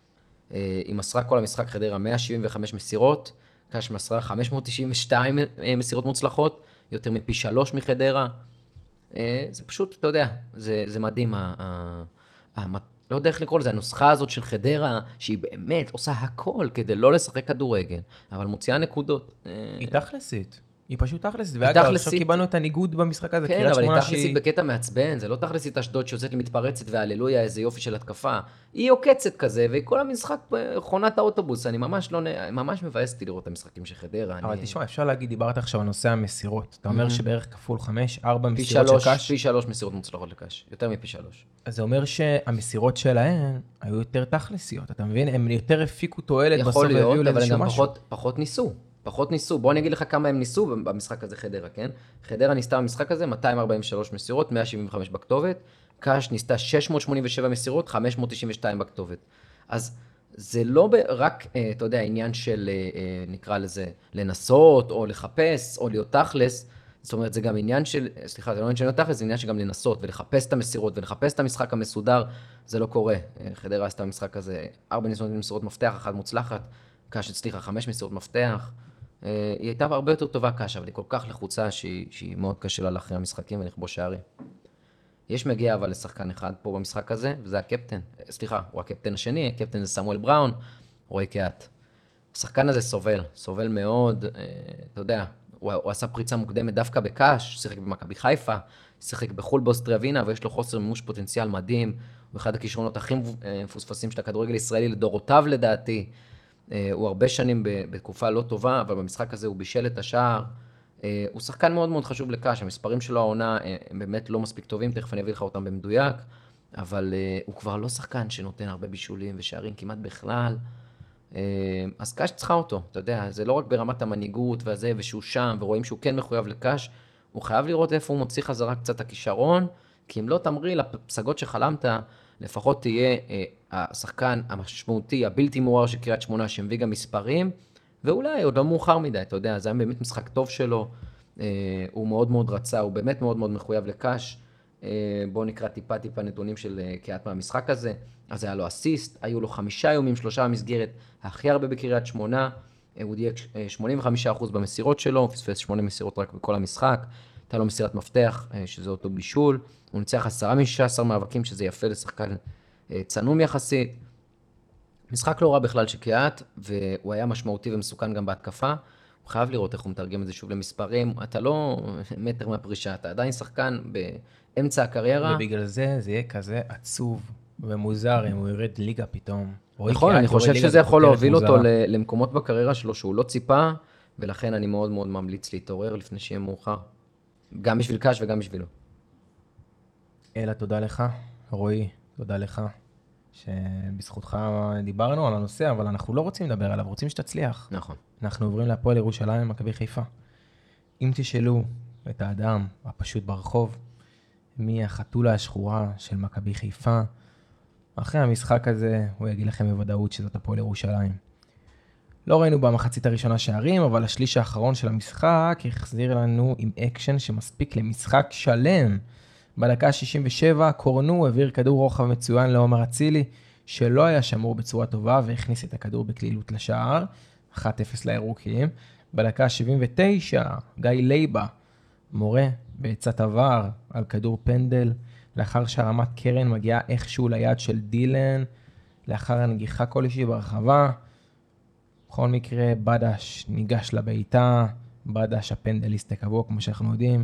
היא מסרה כל המשחק חדרה 175 מסירות, קאש מסרה 592 מסירות מוצלחות, יותר מפי 3 מחדרה. זה פשוט, אתה יודע, זה מדהים. לא יודע איך לקרוא לזה, הנוסחה הזאת של חדרה, שהיא באמת עושה הכל כדי לא לשחק כדורגל, אבל מוציאה נקודות. היא תכלסית. היא פשוט תכלסית. ואגב, עכשיו קיבלנו את הניגוד במשחק הזה. כן, אבל היא תכלסית בקטע מעצבן, זה לא תכלסית אשדוד שיוצאת למתפרצת והללויה, איזה יופי של התקפה. היא עוקצת כזה, וכל המשחק חונת האוטובוס, אני ממש מבאסתי לראות את המשחקים של חדרה. אבל תשמע, אפשר להגיד, דיברת עכשיו על נושא המסירות. אתה אומר שבערך כפול 5, 4 מסירות של קאש. פי 3 מסירות מוצלחות לקאש, יותר מפי 3. אז זה אומר שהמסירות שלהן היו יותר תכלסיות, אתה מבין? הם יותר הפיקו תועלת בסוף והביאו לאיזשהו משהו. פחות ניסו. בוא אני אגיד לך כמה הם ניסו במשחק הזה חדרה, כן? חדרה ניסתה במשחק הזה 243 מסירות, 175 בכתובת. קאש ניסתה 687 מסירות, 592 בכתובת. אז זה לא רק, אתה יודע, עניין של, נקרא לזה, לנסות או לחפש או להיות תכלס. זאת אומרת, זה גם עניין של, סליחה, זה לא עניין של להיות תכלס, זה עניין שגם לנסות ולחפש את המסירות ולחפש את המשחק המסודר. זה לא קורה. חדרה עשתה במשחק הזה 4 ניסיונות מסירות מפתח, 1 מוצלחת. קאש הצליחה 5 מסירות מפתח, היא הייתה הרבה יותר טובה קאש, אבל היא כל כך לחוצה שהיא מאוד קשה לה לאחרי המשחקים ולכבוש שערים. יש מגיע אבל לשחקן אחד פה במשחק הזה, וזה הקפטן, סליחה, הוא הקפטן השני, הקפטן זה סמואל בראון, רועי קהת. השחקן הזה סובל מאוד, אתה יודע, הוא עשה פריצה מוקדמת דווקא בקאש, שיחק במכבי חיפה, שיחק בחול באוסטריה ווינה, ויש לו חוסר מימוש פוטנציאל מדהים, הוא אחד הכישרונות הכי מפוספסים של הכדורגל הישראלי לדורותיו לדעתי, הוא הרבה שנים בתקופה לא טובה, אבל במשחק הזה הוא בישל את השער. הוא שחקן מאוד מאוד חשוב לקאש, המספרים שלו העונה הם באמת לא מספיק טובים, תכף אני אביא לך אותם במדויק, אבל הוא כבר לא שחקן שנותן הרבה בישולים ושערים כמעט בכלל. אז קאש צריכה אותו, אתה יודע, זה לא רק ברמת המנהיגות והזה, ושהוא שם, ורואים שהוא כן מחויב לקאש, הוא חייב לראות איפה הוא מוציא חזרה קצת הכישרון, כי אם לא תמריא לפסגות שחלמת, לפחות תהיה השחקן המשמעותי, הבלתי מעורר של קריית שמונה, שמביא גם מספרים, ואולי עוד לא מאוחר מדי, אתה יודע, זה היה באמת משחק טוב שלו, הוא מאוד מאוד רצה, הוא באמת מאוד מאוד מחויב לקאש, בואו נקרא טיפה נתונים של קיאט מהמשחק הזה. אז היה לו אסיסט, היו לו 5 איומים, 3 במסגרת, הכי הרבה בקריית שמונה, הוא דייק 85% במסירות שלו, הוא פספס 8 מסירות רק בכל המשחק, הייתה לו מסירת מפתח, שזה אותו בישול, הוא ניצח 10 מ-16 מאבקים, שזה יפה לשחקן צנום יחסית. משחק לא רע בכלל שקיאט, והוא היה משמעותי ומסוכן גם בהתקפה. הוא חייב לראות איך הוא מתרגם את זה שוב למספרים. אתה לא מטר מהפרישה, אתה עדיין שחקן באמצע הקריירה. ובגלל זה יהיה כזה עצוב ומוזר אם הוא ירד ליגה פתאום. נכון, אני חושב שזה יכול להוביל אותו למקומות בקריירה שלו שהוא לא ציפה, ולכן אני מאוד מאוד ממליץ להתעורר לפני שיהיה מאוחר. גם בשביל קאש וגם בשבילו. אלא תודה לך, רועי, תודה לך, שבזכותך דיברנו על הנושא, אבל אנחנו לא רוצים לדבר עליו, רוצים שתצליח. נכון. אנחנו עוברים להפועל ירושלים, מכבי חיפה. אם תשאלו את האדם הפשוט ברחוב, מי החתולה השחורה של מכבי חיפה, אחרי המשחק הזה הוא יגיד לכם בוודאות שזאת הפועל ירושלים. לא ראינו במחצית הראשונה שערים, אבל השליש האחרון של המשחק החזיר לנו עם אקשן שמספיק למשחק שלם. בדקה 67 קורנו העביר כדור רוחב מצוין לעומר אצילי, שלא היה שמור בצורה טובה והכניס את הכדור בקלילות לשער, 1-0 לירוקים. בדקה 79 גיא לייבה מורה בעצת עבר על כדור פנדל, לאחר שהרמת קרן מגיעה איכשהו ליד של דילן, לאחר הנגיחה כלשהי ברחבה. בכל מקרה, בדש ניגש לביתה, בדש הפנדליסט הקבוע, כמו שאנחנו יודעים,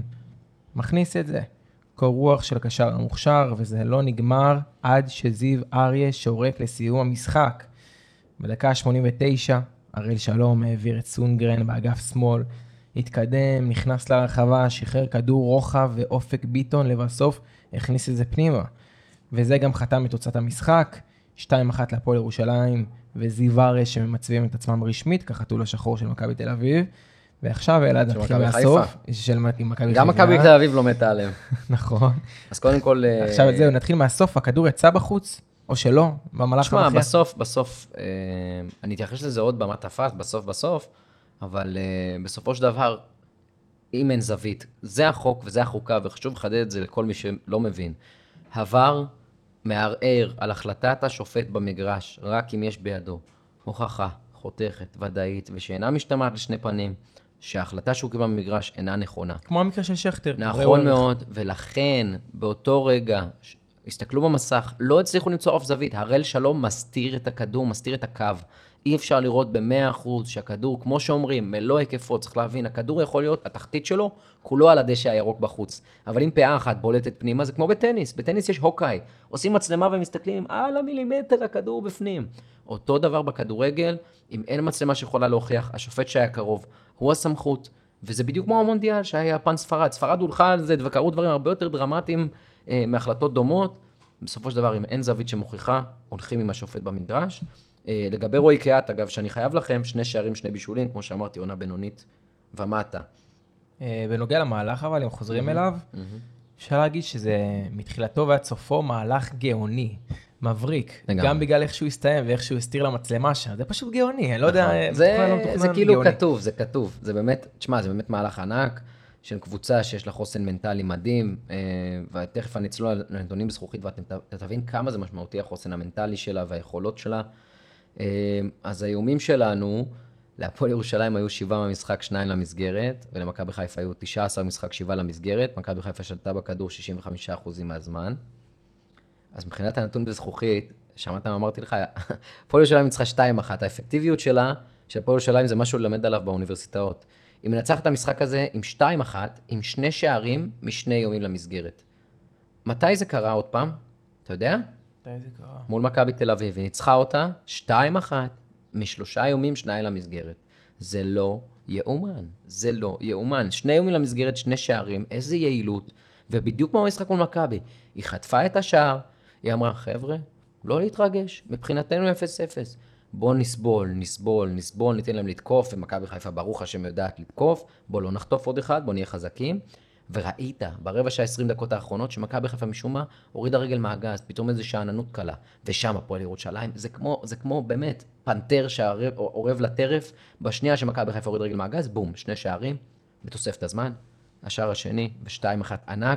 מכניס את זה. קור רוח של קשר המוכשר, וזה לא נגמר עד שזיו אריה שורק לסיום המשחק. בדקה 89, הראל שלום העביר את סונגרן באגף שמאל, התקדם, נכנס לרחבה, שחרר כדור רוחב ואופק ביטון לבסוף הכניס את זה פנימה. וזה גם חתם את תוצאת המשחק, 2-1 להפועל ירושלים, וזיו אריה שממצבים את עצמם רשמית, כחתול השחור של מכבי תל אביב. ועכשיו אלעד נתחיל מהסוף. של מכבי חיפה. גם מכבי תל אביב לא מתה עליהם. נכון. אז קודם כל... עכשיו זהו, נתחיל מהסוף, הכדור יצא בחוץ, או שלא, במהלך המכריע. תשמע, בסוף, אני אתייחס לזה עוד במה תפס, בסוף, אבל בסופו של דבר, אם אין זווית, זה החוק וזה החוקה, וחשוב לחדד את זה לכל מי שלא מבין. העבר מערער על החלטת השופט במגרש, רק אם יש בידו הוכחה, חותכת, ודאית, ושאינה משתמעת לשני פנים, שההחלטה שהוא קיבל במגרש אינה נכונה. כמו המקרה של שכטר. נכון מאוד, ולכן באותו רגע, הסתכלו במסך, לא הצליחו למצוא אוף זווית, הראל שלום מסתיר את הכדור, מסתיר את הקו. אי אפשר לראות ב100% שהכדור, כמו שאומרים, מלוא היקפו, צריך להבין, הכדור יכול להיות, התחתית שלו, כולו על הדשא הירוק בחוץ. אבל אם פאה אחת בולטת פנימה, זה כמו בטניס. בטניס יש הוקאי. עושים מצלמה ומסתכלים, על המילימטר הכדור בפנים. אותו דבר בכדורגל, אם אין מצלמה שיכולה להוכיח, השופט שהיה קרוב, הוא הסמכות. וזה בדיוק כמו המונדיאל, שהיה יפן ספרד. ספרד הולכה על זה, וקראו דברים הרבה יותר דרמטיים מהחלטות דומות. בסופו של דבר, אם אין זווית שמוכיחה, הולכים עם השופט במגרש. לגבי רועי קיאט, אגב, שאני חייב לכם, 2 שערים, 2 בישולים, כמו שאמרתי, עונה בינונית ומטה. בנוגע למהלך, אבל אם חוזרים אליו, אפשר להגיד שזה מתחילתו ועד סופו מהלך גאוני, מבריק. גם בגלל איך שהוא הסתיים ואיך שהוא הסתיר למצלמה שם, זה פשוט גאוני, אני לא יודע... זה כאילו כתוב, זה כתוב. זה באמת, תשמע, זה באמת מהלך ענק של קבוצה שיש לה חוסן מנטלי מדהים, ותכף אני אצלול על נתונים בזכוכית, ואתם תבין כמה זה משמעותי החוסן המנטלי שלה והיכולות שלה. אז האיומים שלנו, להפועל ירושלים היו 7 במשחק, 2 למסגרת, ולמכבי חיפה היו 19 במשחק, 7 למסגרת. מכבי חיפה שלטה בכדור 65% מהזמן. אז מבחינת הנתון בזכוכית, שמעת מה אמרתי לך, הפועל ירושלים ניצחה 2-1. האפקטיביות שלה, של הפועל ירושלים זה משהו ללמד עליו באוניברסיטאות. היא מנצחת את המשחק הזה עם 2-1, עם 2 שערים מ2 איומים למסגרת. מתי זה קרה עוד פעם? אתה יודע? מול מכבי תל אביב, היא ניצחה אותה 2-1, מ3 איומים, 2 למסגרת. זה לא יאומן, זה לא יאומן. 2 איומים למסגרת, 2 שערים, איזה יעילות. ובדיוק כמו המשחק מול מכבי, היא חטפה את השער, היא אמרה, חבר'ה, לא להתרגש, מבחינתנו 0-0. בוא נסבול, ניתן להם לתקוף, ומכבי חיפה ברוך השם יודעת לתקוף, בוא לא נחטוף עוד אחד, בוא נהיה חזקים. וראית ברבע שעה 20 דקות האחרונות שמכבי חיפה משום מה הורידה רגל מהגז, פתאום איזו שעננות קלה, ושם הפועל ירושלים, זה כמו באמת פנתר שעורב לטרף, בשנייה שמכבי חיפה הוריד רגל מהגז, בום, 2 שערים, בתוספת הזמן, השער השני ב2-1 ענק,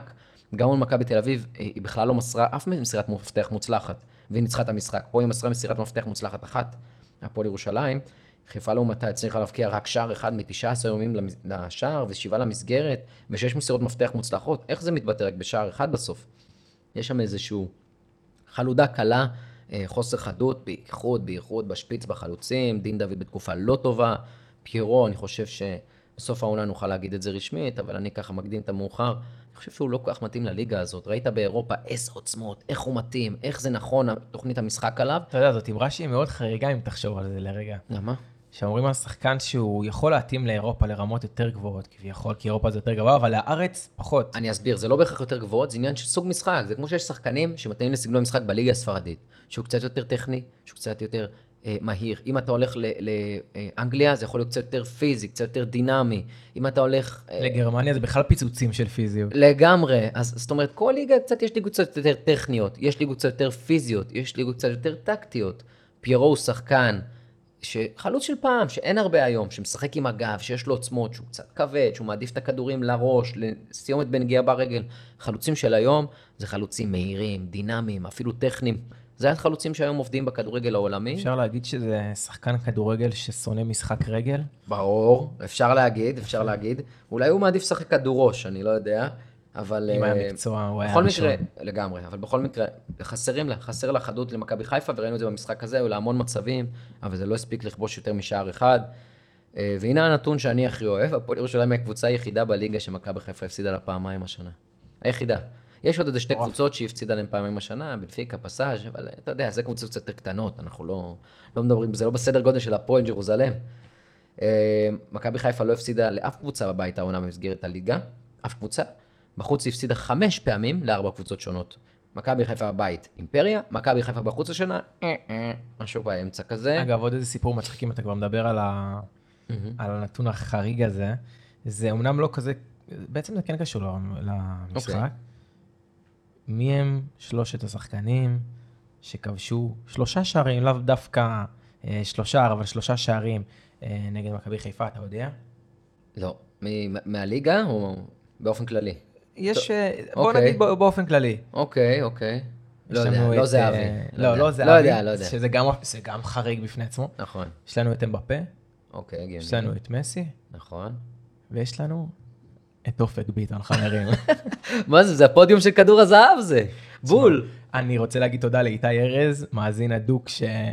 גם מול מכבי תל אביב, היא בכלל לא מסרה אף מסירת מפתח מוצלחת, והיא ניצחה את המשחק. פה היא מסרה מסירת מפתח מוצלחת אחת, הפועל ירושלים, חיפה לעומתה הצליחה להבקיע רק שער אחד מ-19 יומים לשער, ו7 למסגרת, ו6 מסירות מפתח מוצלחות. איך זה מתבטא רק בשער אחד בסוף? יש שם איזשהו חלודה קלה, חוסר חדות, בייחוד בשפיץ בחלוצים, דין דוד בתקופה לא טובה, פיירו, אני חושב שבסוף העונה נוכל להגיד את זה רשמית, אבל אני ככה מקדים את המאוחר, אני חושב שהוא לא כל כך מתאים לליגה הזאת. ראית באירופה 10 עוצמות, איך הוא מתאים, איך זה נכון, תוכנית המשחק עליו. אתה יודע, זאת אמרה שהיא מאוד חריגה אם תחשוב על זה לרגע. למה? שאומרים על שחקן שהוא יכול להתאים לאירופה לרמות יותר גבוהות, כביכול, כי אירופה זה יותר גבוה, אבל לארץ פחות. אני אסביר, זה לא בהכרח יותר גבוהות, זה עניין של סוג משחק. זה כמו שיש שחקנים שמתאימים לסגנון משחק בליגה הספרדית, שהוא קצת יותר טכני, שהוא קצת יותר מהיר. אם אתה הולך לאנגליה, זה יכול להיות קצת יותר פיזי, קצת יותר דינמי. אם אתה הולך... לגרמניה זה בכלל פיצוצים של פיזיות. לגמרי. אז זאת אומרת, כל ליגה קצת יש ליגות קצת יותר טכניות, יש ליגות קצת יותר פיזיות, יש ליגות קצת יותר טקטיות. פיירו הוא שחקן שחלוץ של פעם, שאין הרבה היום, שמשחק עם הגב, שיש לו עוצמות, שהוא קצת כבד, שהוא מעדיף את הכדורים לראש, לסיומת בנגיעה ברגל. חלוצים של היום זה חלוצים מהירים, דינמיים, אפילו טכניים. זה החלוצים שהיום עובדים בכדורגל העולמי. אפשר להגיד שזה שחקן כדורגל ששונא משחק רגל? ברור, אפשר להגיד. אולי הוא מעדיף לשחק כדורוש, אני לא יודע. אבל... אם היה מקצוע, הוא היה בכל ראשון. מקרה, לגמרי, אבל בכל מקרה, חסר לה חדות למכבי חיפה, וראינו את זה במשחק הזה, היו לה המון מצבים, אבל זה לא הספיק לכבוש יותר משער אחד. והנה הנתון שאני הכי אוהב, הפועל ירושלים היא הקבוצה היחידה בליגה שמכבי חיפה הפסידה לה פעמיים השנה. היחידה. יש עוד איזה שתי קבוצות שהפסידה להם פעמיים השנה, בנפיקה, פסאז', אבל אתה יודע, זה קבוצות קצת יותר קטנות, אנחנו לא מדברים, זה לא בסדר גודל של הפועל ירושלים. מכבי חיפה לא הפסידה לאף קבוצה בבית העונה במסגרת הליגה, אף קבוצה. בחוץ היא הפסידה 5 פעמים ל4 קבוצות שונות. מכבי חיפה בבית אימפריה, מכבי חיפה בחוץ השנה, משהו באמצע כזה. אגב, עוד איזה סיפור מצחיק, אם אתה כבר מדבר על הנתון החריג הזה, זה אמנם לא כזה, בעצם זה כן קשור למשחק. מי הם 3 השחקנים שכבשו 3 שערים, לאו דווקא 3, אבל 3 שערים נגד מכבי חיפה, אתה יודע? לא, מהליגה או באופן כללי? יש, בוא נגיד באופן כללי. אוקיי. לא יודע, לא זהבי. לא זהבי, לא יודע. שזה גם חריג בפני עצמו. נכון. יש לנו את אמבפה, אוקיי, הגיוני. יש לנו את מסי, נכון. ויש לנו את אופק ביטון, חברים. מה זה? זה הפודיום של כדור הזהב זה. בול. אני רוצה להגיד תודה לאיתי ארז, מאזין הדוק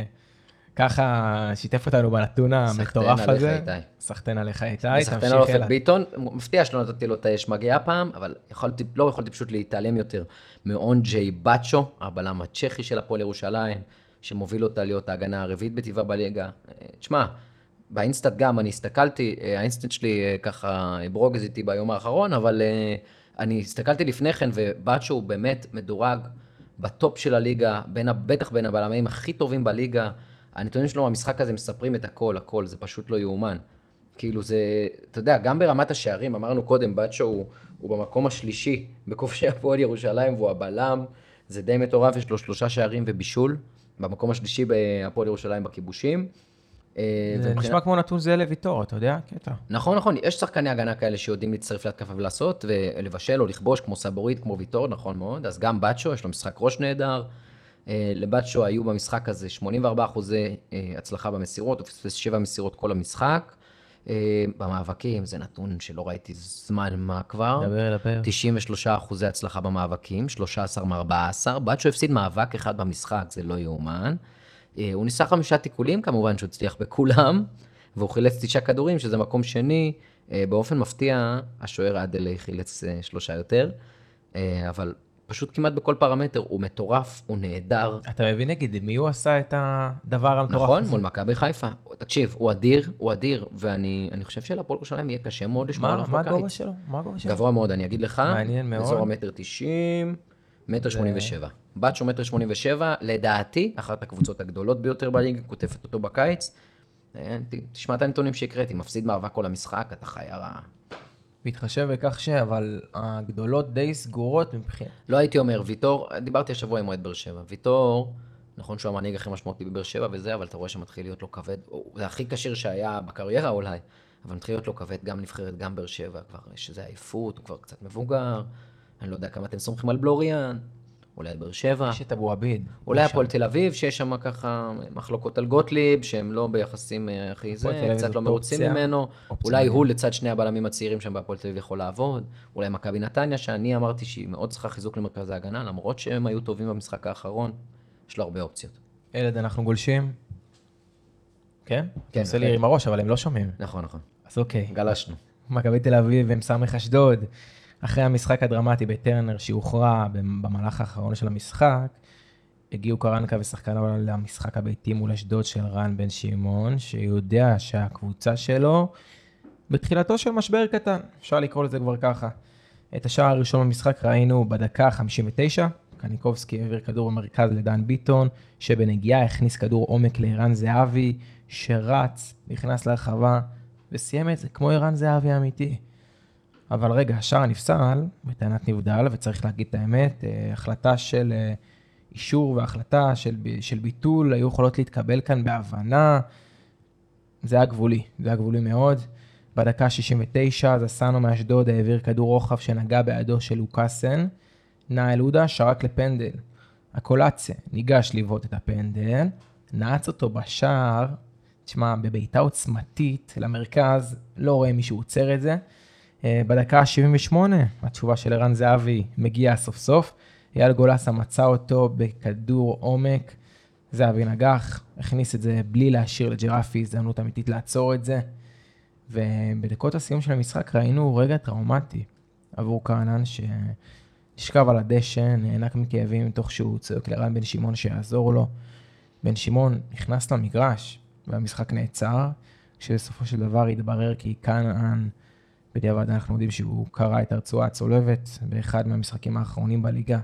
שככה שיתף אותנו בנתון המטורף הזה. סחטן עליך איתי. סחטן על אופק ביטון. מפתיע שלא נתתי לו את האש מגיעה פעם, אבל לא יכולתי פשוט להתעלם יותר מאונג'יי בצ'ו, הבלם הצ'כי של הפועל ירושלים, שמוביל אותה להיות ההגנה הרביעית בטבעה בליגה. תשמע, באינסטנט גם אני הסתכלתי, האינסטנט שלי ככה ברוגז איתי ביום האחרון, אבל אני הסתכלתי לפני כן, ובצ'ו הוא באמת מדורג בטופ של הליגה, בטח בין הבלמים הכי טובים בליגה. הנתונים שלו במשחק הזה מספרים את הכל, זה פשוט לא יאומן. כאילו זה, אתה יודע, גם ברמת השערים, אמרנו קודם, בצ'ו הוא במקום השלישי בכובשי הפועל ירושלים, והוא הבלם, זה די מטורף, יש לו 3 שערים ובישול, במקום השלישי בהפועל ירושלים בכיבושים. זה נשמע כמו נתון זה לויטור, אתה יודע? קטע. נכון, יש שחקני הגנה כאלה שיודעים להצטרף להתקפה ולעשות, ולבשל או לכבוש, כמו סבורית, כמו ויטור, נכון מאוד. אז גם בצ'ו, יש לו משחק ראש נהדר. לבצ'ו היו במשחק הזה 84% הצלחה במסירות, הוא פספס 7 מסירות כל המשחק. במאבקים, זה נתון שלא ראיתי זמן מה כבר. דבר. 93% הצלחה במאבקים, 13 מ-14. בצ'ו הפסיד מאבק אחד במשחק, זה לא יאומן. הוא ניסה 5 תיקולים, כמובן שהוא הצליח בכולם, והוא חילץ 9 כדורים, שזה מקום שני. באופן מפתיע, השוער אדלי חילץ 3 יותר, אבל פשוט כמעט בכל פרמטר הוא מטורף, הוא נהדר. אתה מבין נגיד, מי הוא עשה את הדבר המטורף? נכון, מול מכבי חיפה. תקשיב, הוא אדיר, ואני חושב שלפועל ירושלים יהיה קשה מאוד לשמור עליו בקיץ. מה הגובה שלו? גבוה מאוד, אני אגיד לך. מעניין מאוד. אזור 1.90 מטר, 1.87. בצ'ו 1.87 לדעתי, אחת הקבוצות הגדולות ביותר בליגה, כותפת אותו בקיץ. תשמע את הנתונים שהקראתי, מפסיד מאבק כל המשחק, אתה חי הרע. מתחשב בכך אבל הגדולות די סגורות מבחינת. לא הייתי אומר, ויטור, דיברתי השבוע עם אוהד באר שבע. ויטור, נכון שהוא המנהיג הכי משמעותי בבאר שבע וזה, אבל אתה רואה שמתחיל להיות לו כבד, זה הכי קשיר שהיה בקריירה אולי, אבל מתחיל להיות לו כבד גם נבחרת, גם באר שבע, כבר שזה עייפות, הוא כבר קצת מבוגר, אני לא יודע כמה אתם סומכים על בלוריאן, אולי באר שבע, יש את אבו עביד. אולי הפועל תל אביב, שיש שם ככה מחלוקות על גוטליב, שהם לא ביחסים הכי הפועל תל זה, אביב קצת זאת לא מרוצים אופציה, ממנו, אופציה אולי הוא מעניינת. לצד שני הבלמים הצעירים שם בהפועל תל אביב יכול לעבוד, אולי מכבי נתניה, שאני אמרתי שהיא מאוד צריכה חיזוק למרכז ההגנה, למרות שהם היו טובים במשחק האחרון, יש לו הרבה אופציות. ילד, אנחנו גולשים? כן? אתה כן, עושה לי בהחלט. עם הראש, אבל הם לא שומעים. נכון, נכון. אז אוקיי. גלשנו. מכבי תל אביב עם סמך אשדוד, אחרי המשחק הדרמטי בטרנר שהוכרע במהלך האחרון של המשחק, הגיעו קרנקה ושחקנו למשחק הביתי מול אשדוד של רן בן שמעון, שיודע שהקבוצה שלו בתחילתו של משבר קטן, אפשר לקרוא לזה כבר ככה. את השער הראשון במשחק ראינו בדקה 59, קניקובסקי העביר כדור במרכז לדן ביטון, שבנגיעה הכניס כדור עומק לערן זהבי, שרץ, נכנס לרחבה, וסיים את זה כמו ערן זהבי האמיתי. אבל רגע, השער נפסל, בטענת נבדל, וצריך להגיד את האמת, החלטה של אישור והחלטה של ביטול היו יכולות להתקבל כאן בהבנה, זה היה גבולי מאוד. בדקה 69, זסנו מאשדוד העביר כדור רוחב שנגע בידו של לוקאסן, נאל עודה שרק לפנדל. הקולציה ניגש לבעוט את הפנדל, נעץ אותו בשער, תשמע, בביתה עוצמתית למרכז, לא רואה מישהו עוצר את זה. בדקה 78, התשובה של ערן זהבי מגיעה סוף סוף, אייל גולסה מצא אותו בכדור עומק, זהבי נגח, הכניס את זה בלי להשאיר לג'רפי הזדמנות אמיתית לעצור את זה, ובדקות הסיום של המשחק ראינו רגע טראומטי עבור קרנן שנשכב על הדשא, נענק מכאבים תוך שהוא צועק לרן בן שמעון שיעזור לו. בן שמעון נכנס למגרש והמשחק נעצר, כשבסופו של דבר התברר כי קרנן, בדיעבד אנחנו יודעים שהוא קרא את הרצועה הצולבת באחד מהמשחקים האחרונים בליגה.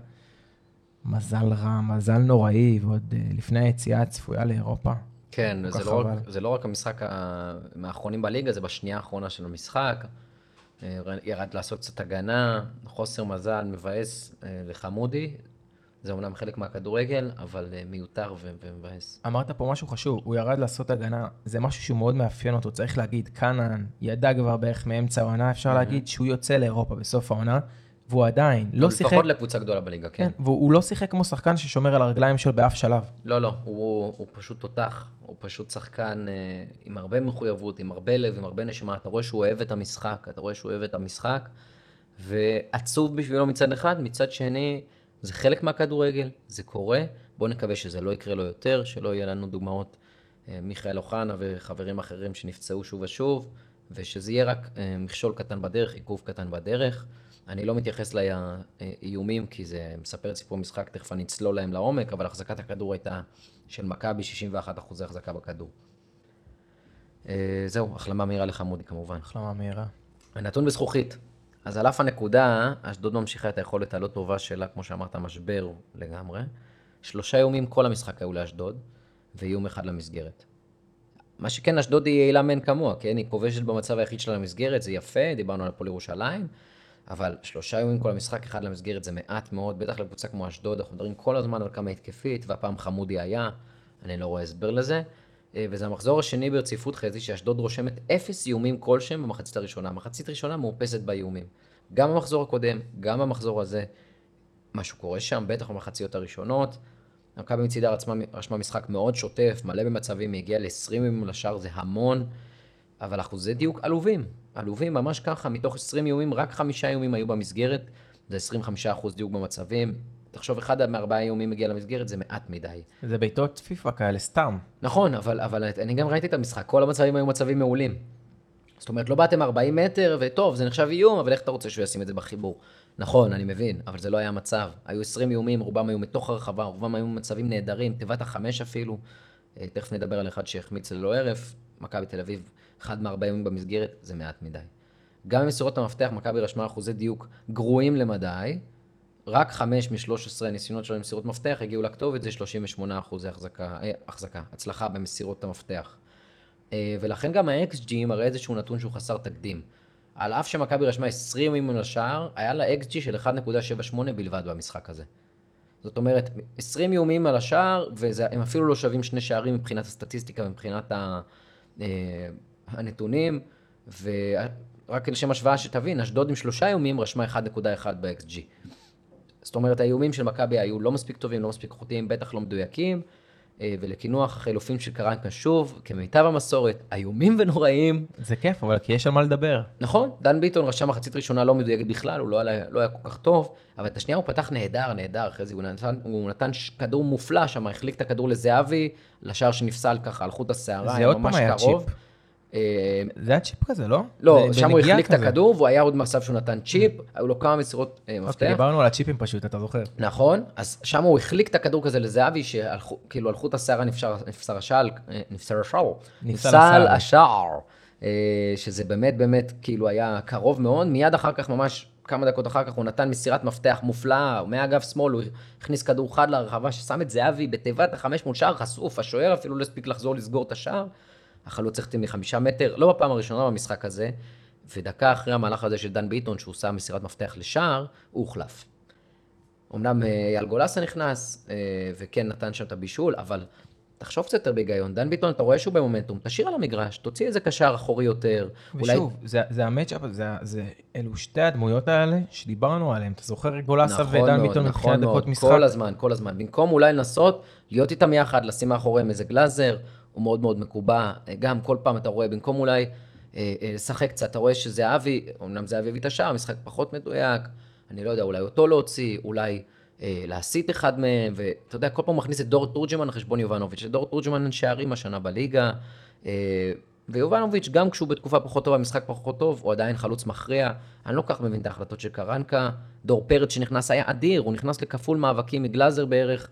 מזל רע, מזל נוראי, ועוד לפני היציאה הצפויה לאירופה. כן, זה לא רק המשחק מהאחרונים בליגה, זה בשנייה האחרונה של המשחק. ירד לעשות קצת הגנה, חוסר מזל, מבאס לחמודי. זה אומנם חלק מהכדורגל, אבל מיותר ומבאס. אמרת פה משהו חשוב, הוא ירד לעשות הגנה, זה משהו שהוא מאוד מאפיין אותו, צריך להגיד, קאנן ידע כבר בערך מאמצע העונה, אפשר להגיד שהוא יוצא לאירופה בסוף העונה, והוא עדיין לא שיחק... לפחות לקבוצה גדולה בליגה, כן. והוא לא שיחק כמו שחקן ששומר על הרגליים שלו באף שלב. לא, הוא פשוט תותח, הוא פשוט שחקן עם הרבה מחויבות, עם הרבה לב, עם הרבה נשמה, אתה רואה שהוא אוהב את המשחק, ועצוב בשבילו מצד אחד, מצד שני, זה חלק מהכדורגל, זה קורה, בואו נקווה שזה לא יקרה לו יותר, שלא יהיה לנו דוגמאות מיכאל אוחנה וחברים אחרים שנפצעו שוב ושוב, ושזה יהיה רק מכשול קטן בדרך, עיכוב קטן בדרך. אני לא מתייחס לאיומים, כי זה מספר את סיפור משחק, תכף אני אצלול להם לעומק, אבל החזקת הכדור הייתה של מכבי, 61% החזקה בכדור. זהו, החלמה מהירה לחמודי כמובן. החלמה מהירה. נתון בזכוכית. אז על אף הנקודה, אשדוד ממשיכה את היכולת הלא טובה שלה, כמו שאמרת, משבר לגמרי. 3 איומים כל המשחק היו לאשדוד, ואיום אחד למסגרת. מה שכן, אשדוד היא יעילה מאין כמוה, כן? היא כובשת במצב היחיד שלה למסגרת, זה יפה, דיברנו על הפועל ירושלים, אבל 3 איומים כל המשחק, אחד למסגרת זה מעט מאוד, בטח לקבוצה כמו אשדוד, אנחנו מדברים כל הזמן על כמה התקפית, והפעם חמודי היה, אני לא רואה הסבר לזה, וזה המחזור השני ברציפות חזי, שאשדוד רושמת 0 איומים כלשהם במחצית הראשונה. מחצית ראשונה מאופסת באיומים. גם המחזור הקודם, גם המחזור הזה, משהו קורה שם, בטח במחציות הראשונות. מכבי מצידה רשמה משחק מאוד שוטף, מלא במצבים, הגיע ל-20 איומים לשער, זה המון, אבל אחוזי דיוק עלובים ממש ככה, מתוך 20 איומים, רק 5 איומים היו במסגרת, זה 25% דיוק במצבים. תחשוב, 1 מ-4 איומים מגיע למסגרת, זה מעט מדי. זה בעיטות פיפה כאלה, סתם. נכון, אבל אני גם ראיתי את המשחק, כל המצבים היו מצבים מעולים. זאת אומרת, לא באתם 40 מטר, וטוב, זה נחשב איום, אבל איך אתה רוצה שהוא ישים את זה בחיבור? נכון, אני מבין, אבל זה לא היה מצב. היו 20 איומים, רובם היו מתוך הרחבה, רובם היו מצבים נהדרים, תיבת ה5 אפילו. תכף נדבר על אחד שהחמיץ ללא ערף, מכבי תל אביב, 1 מ-4 איומים במסגרת, זה מעט מדי. גם במסירות המפתח, מכבי רשמה אחוזי דיוק גרועים למדי, רק 5 מ-13 ניסיונות של מסירות מפתח הגיעו לכתובת, זה 38% החזקה, הצלחה במסירות המפתח. ולכן גם ה-XG מראה איזשהו נתון שהוא חסר תקדים. על אף שמכבי רשמה 20 איומים לשער, היה לה XG של 1.78 בלבד במשחק הזה. זאת אומרת, 20 איומים על השער, והם אפילו לא שווים 2 שערים מבחינת הסטטיסטיקה, מבחינת הנתונים, ורק לשם השוואה שתבין, אשדוד עם 3 איומים רשמה 1.1 ב-XG. זאת אומרת, האיומים של מכבי היו לא מספיק טובים, לא מספיק איכותיים, בטח לא מדויקים, ולקינוח החילופים של קרנקה שוב, כמיטב המסורת, איומים ונוראים. זה כיף, אבל כי יש על מה לדבר. נכון, דן ביטון רשם מחצית ראשונה לא מדויקת בכלל, הוא לא היה כל כך טוב, אבל את השנייה הוא פתח נהדר, אחרי זה הוא נתן כדור מופלא שם, החליק את הכדור לזהבי, לשער שנפסל ככה על חוט השערה, זה עוד פעם ממש היה קרוב. צ'יפ. זה היה צ'יפ כזה, לא? לא, זה שם הוא בנגיעה החליק את כזה. הכדור, והוא היה עוד מצב שהוא נתן צ'יפ, היו לו כמה מסירות אוקיי, מפתח. דיברנו על הצ'יפים פשוט, אתה זוכר. נכון, אז שם הוא החליק את הכדור כזה לזהבי, שכאילו על חוט השערה נפסל השער, שזה באמת כאילו היה קרוב מאוד, מיד אחר כך ממש כמה דקות אחר כך הוא נתן מסירת מפתח מופלאה, מאגף שמאל הוא הכניס כדור חד לרחבה ששם את זהבי בתיבת החמש מול שער חשוף, השוער אפילו לא הספיק לחזור לסגור את השער, החלוץ החטיא מ5 מטר, לא בפעם הראשונה במשחק הזה, ודקה אחרי המהלך הזה של דן ביטון שהוא שם מסירת מפתח לשער, הוא הוחלף. אמנם אייל גולסה נכנס, וכן נתן שם את הבישול, אבל תחשוב קצת יותר בהיגיון, דן ביטון, אתה רואה שהוא במומנטום, תשאיר על המגרש, תוציא איזה קשר אחורי יותר. ושוב, זה המאצ'אפ, אלו שתי הדמויות האלה שדיברנו עליהן, אתה זוכר גולסה ודן ביטון מבחינת דקות משחק? כל הזמן, במקום אולי לנסות להיות איתם יחד, לשים מאחוריהם איזה גלאזר, הוא מאוד מאוד מקובע, גם כל פעם אתה רואה, במקום אולי לשחק קצת, אתה רואה שזהבי, אמנם זהבי הביא את השער, המשחק פחות מדויק, אני לא יודע, אולי אותו להוציא, אולי להסיט אחד מהם, ואתה יודע, כל פעם מכניס את דור תורג'מן לחשבון יובנוביץ', דור תורג'מן שערים השנה בליגה, ויובנוביץ' גם כשהוא בתקופה פחות טובה, משחק פחות טוב, הוא עדיין חלוץ מכריע, אני לא כך מבין את ההחלטות של קרנקה, דור פרץ שנכנס היה אדיר, הוא נכנס לכפול מאבקים מגלאזר בערך,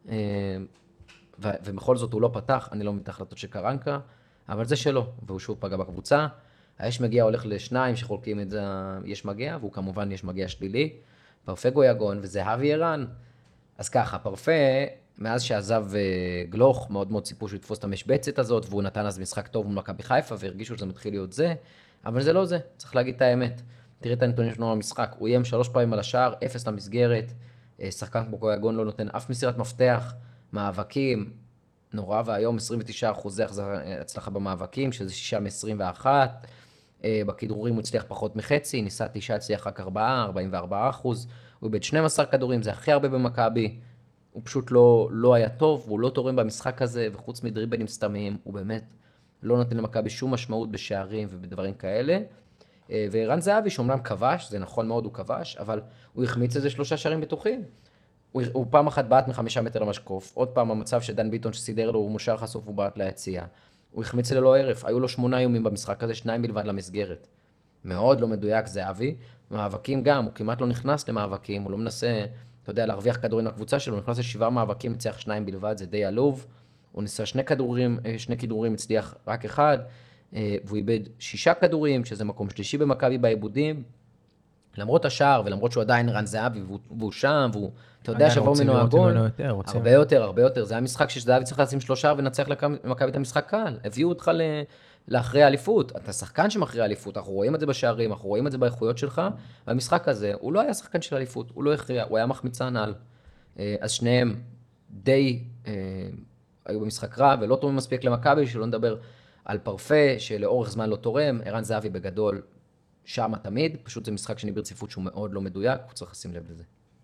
ובכל זאת הוא לא פתח, אני לא מבין את ההחלטות של קרנקה, אבל זה שלו, והוא שוב פגע בקבוצה, היש מגיע הולך לשניים שחולקים את זה, יש מגיע, והוא כמובן יש מגיע שלילי, פרפה גויגון וזהבי ערן. אז ככה, פרפה, מאז שעזב גלוך, מאוד מאוד ציפו שהוא יתפוס את המשבצת הזאת, והוא נתן אז משחק טוב מול מכבי חיפה, והרגישו שזה מתחיל להיות זה, אבל זה לא זה, צריך להגיד את האמת. תראי את הנתונים שלנו במשחק, הוא איים 3 פעמים על השער, 0 למסגרת, שחקן כמו גויגון לא נותן אף מסירת מפתח, מאבקים, נורא והיום 29% הצלחה במאבקים, שזה 6 מ-21, בכדרורים הוא הצליח פחות מחצי, ניסה 9, הצליח רק 4, 44%, הוא איבד 12 כדורים, זה הכי הרבה במכבי, הוא פשוט לא היה טוב, הוא לא תורם במשחק הזה, וחוץ מדריבלים סתמיים, הוא באמת לא נותן למכבי שום משמעות בשערים ובדברים כאלה, וערן זהבי שאומנם כבש, זה נכון מאוד הוא כבש, אבל הוא החמיץ איזה 3 שערים בטוחים, הוא פעם אחת בעט מ5 מטר למשקוף, עוד פעם המצב שדן ביטון שסידר לו, הוא מושאר חשוף, הוא בעט ליציאה, הוא החמיץ ללא ערף, היו לו 8 איומים במשחק הזה, 2 בלבד למסגרת. מאוד לא מדויק זהבי, מאבקים גם, הוא כמעט לא נכנס למאבקים, הוא לא מנסה, אתה יודע, להרוויח כדורים לקבוצה שלו, הוא נכנס ל7 מאבקים, הצליח 2 בלבד, זה די עלוב, הוא ניסה 2 כדורים, הצליח רק 1, והוא איבד 6 כדורים, שזה מקום שלישי במכבי בעיבודים, למרות השער ולמרות שהוא עדיין ערן זהבי, והוא שם, והוא, אתה יודע, שבוא ממנו הגול, הרבה יותר, זה היה משחק שזהבי צריך לשים 3 ונצח למכבי את המשחק קל, הביאו אותך להכריע אליפות, אתה שחקן שמכריע אליפות, אנחנו רואים את זה בשערים, אנחנו רואים את זה באיכויות שלך, והמשחק הזה, הוא לא היה שחקן של אליפות, הוא לא הכריע, הוא היה מחמיצן על, אז שניהם די היו במשחק רע, ולא תורמים מספיק למכבי, שלא נדבר על פרפה, שלאורך זמן לא תורם, ערן זהבי בגדול, שם תמיד, פשוט זה משחק שני ברציפות שהוא מאוד לא מדויק, הוא צריך לשים לב לזה.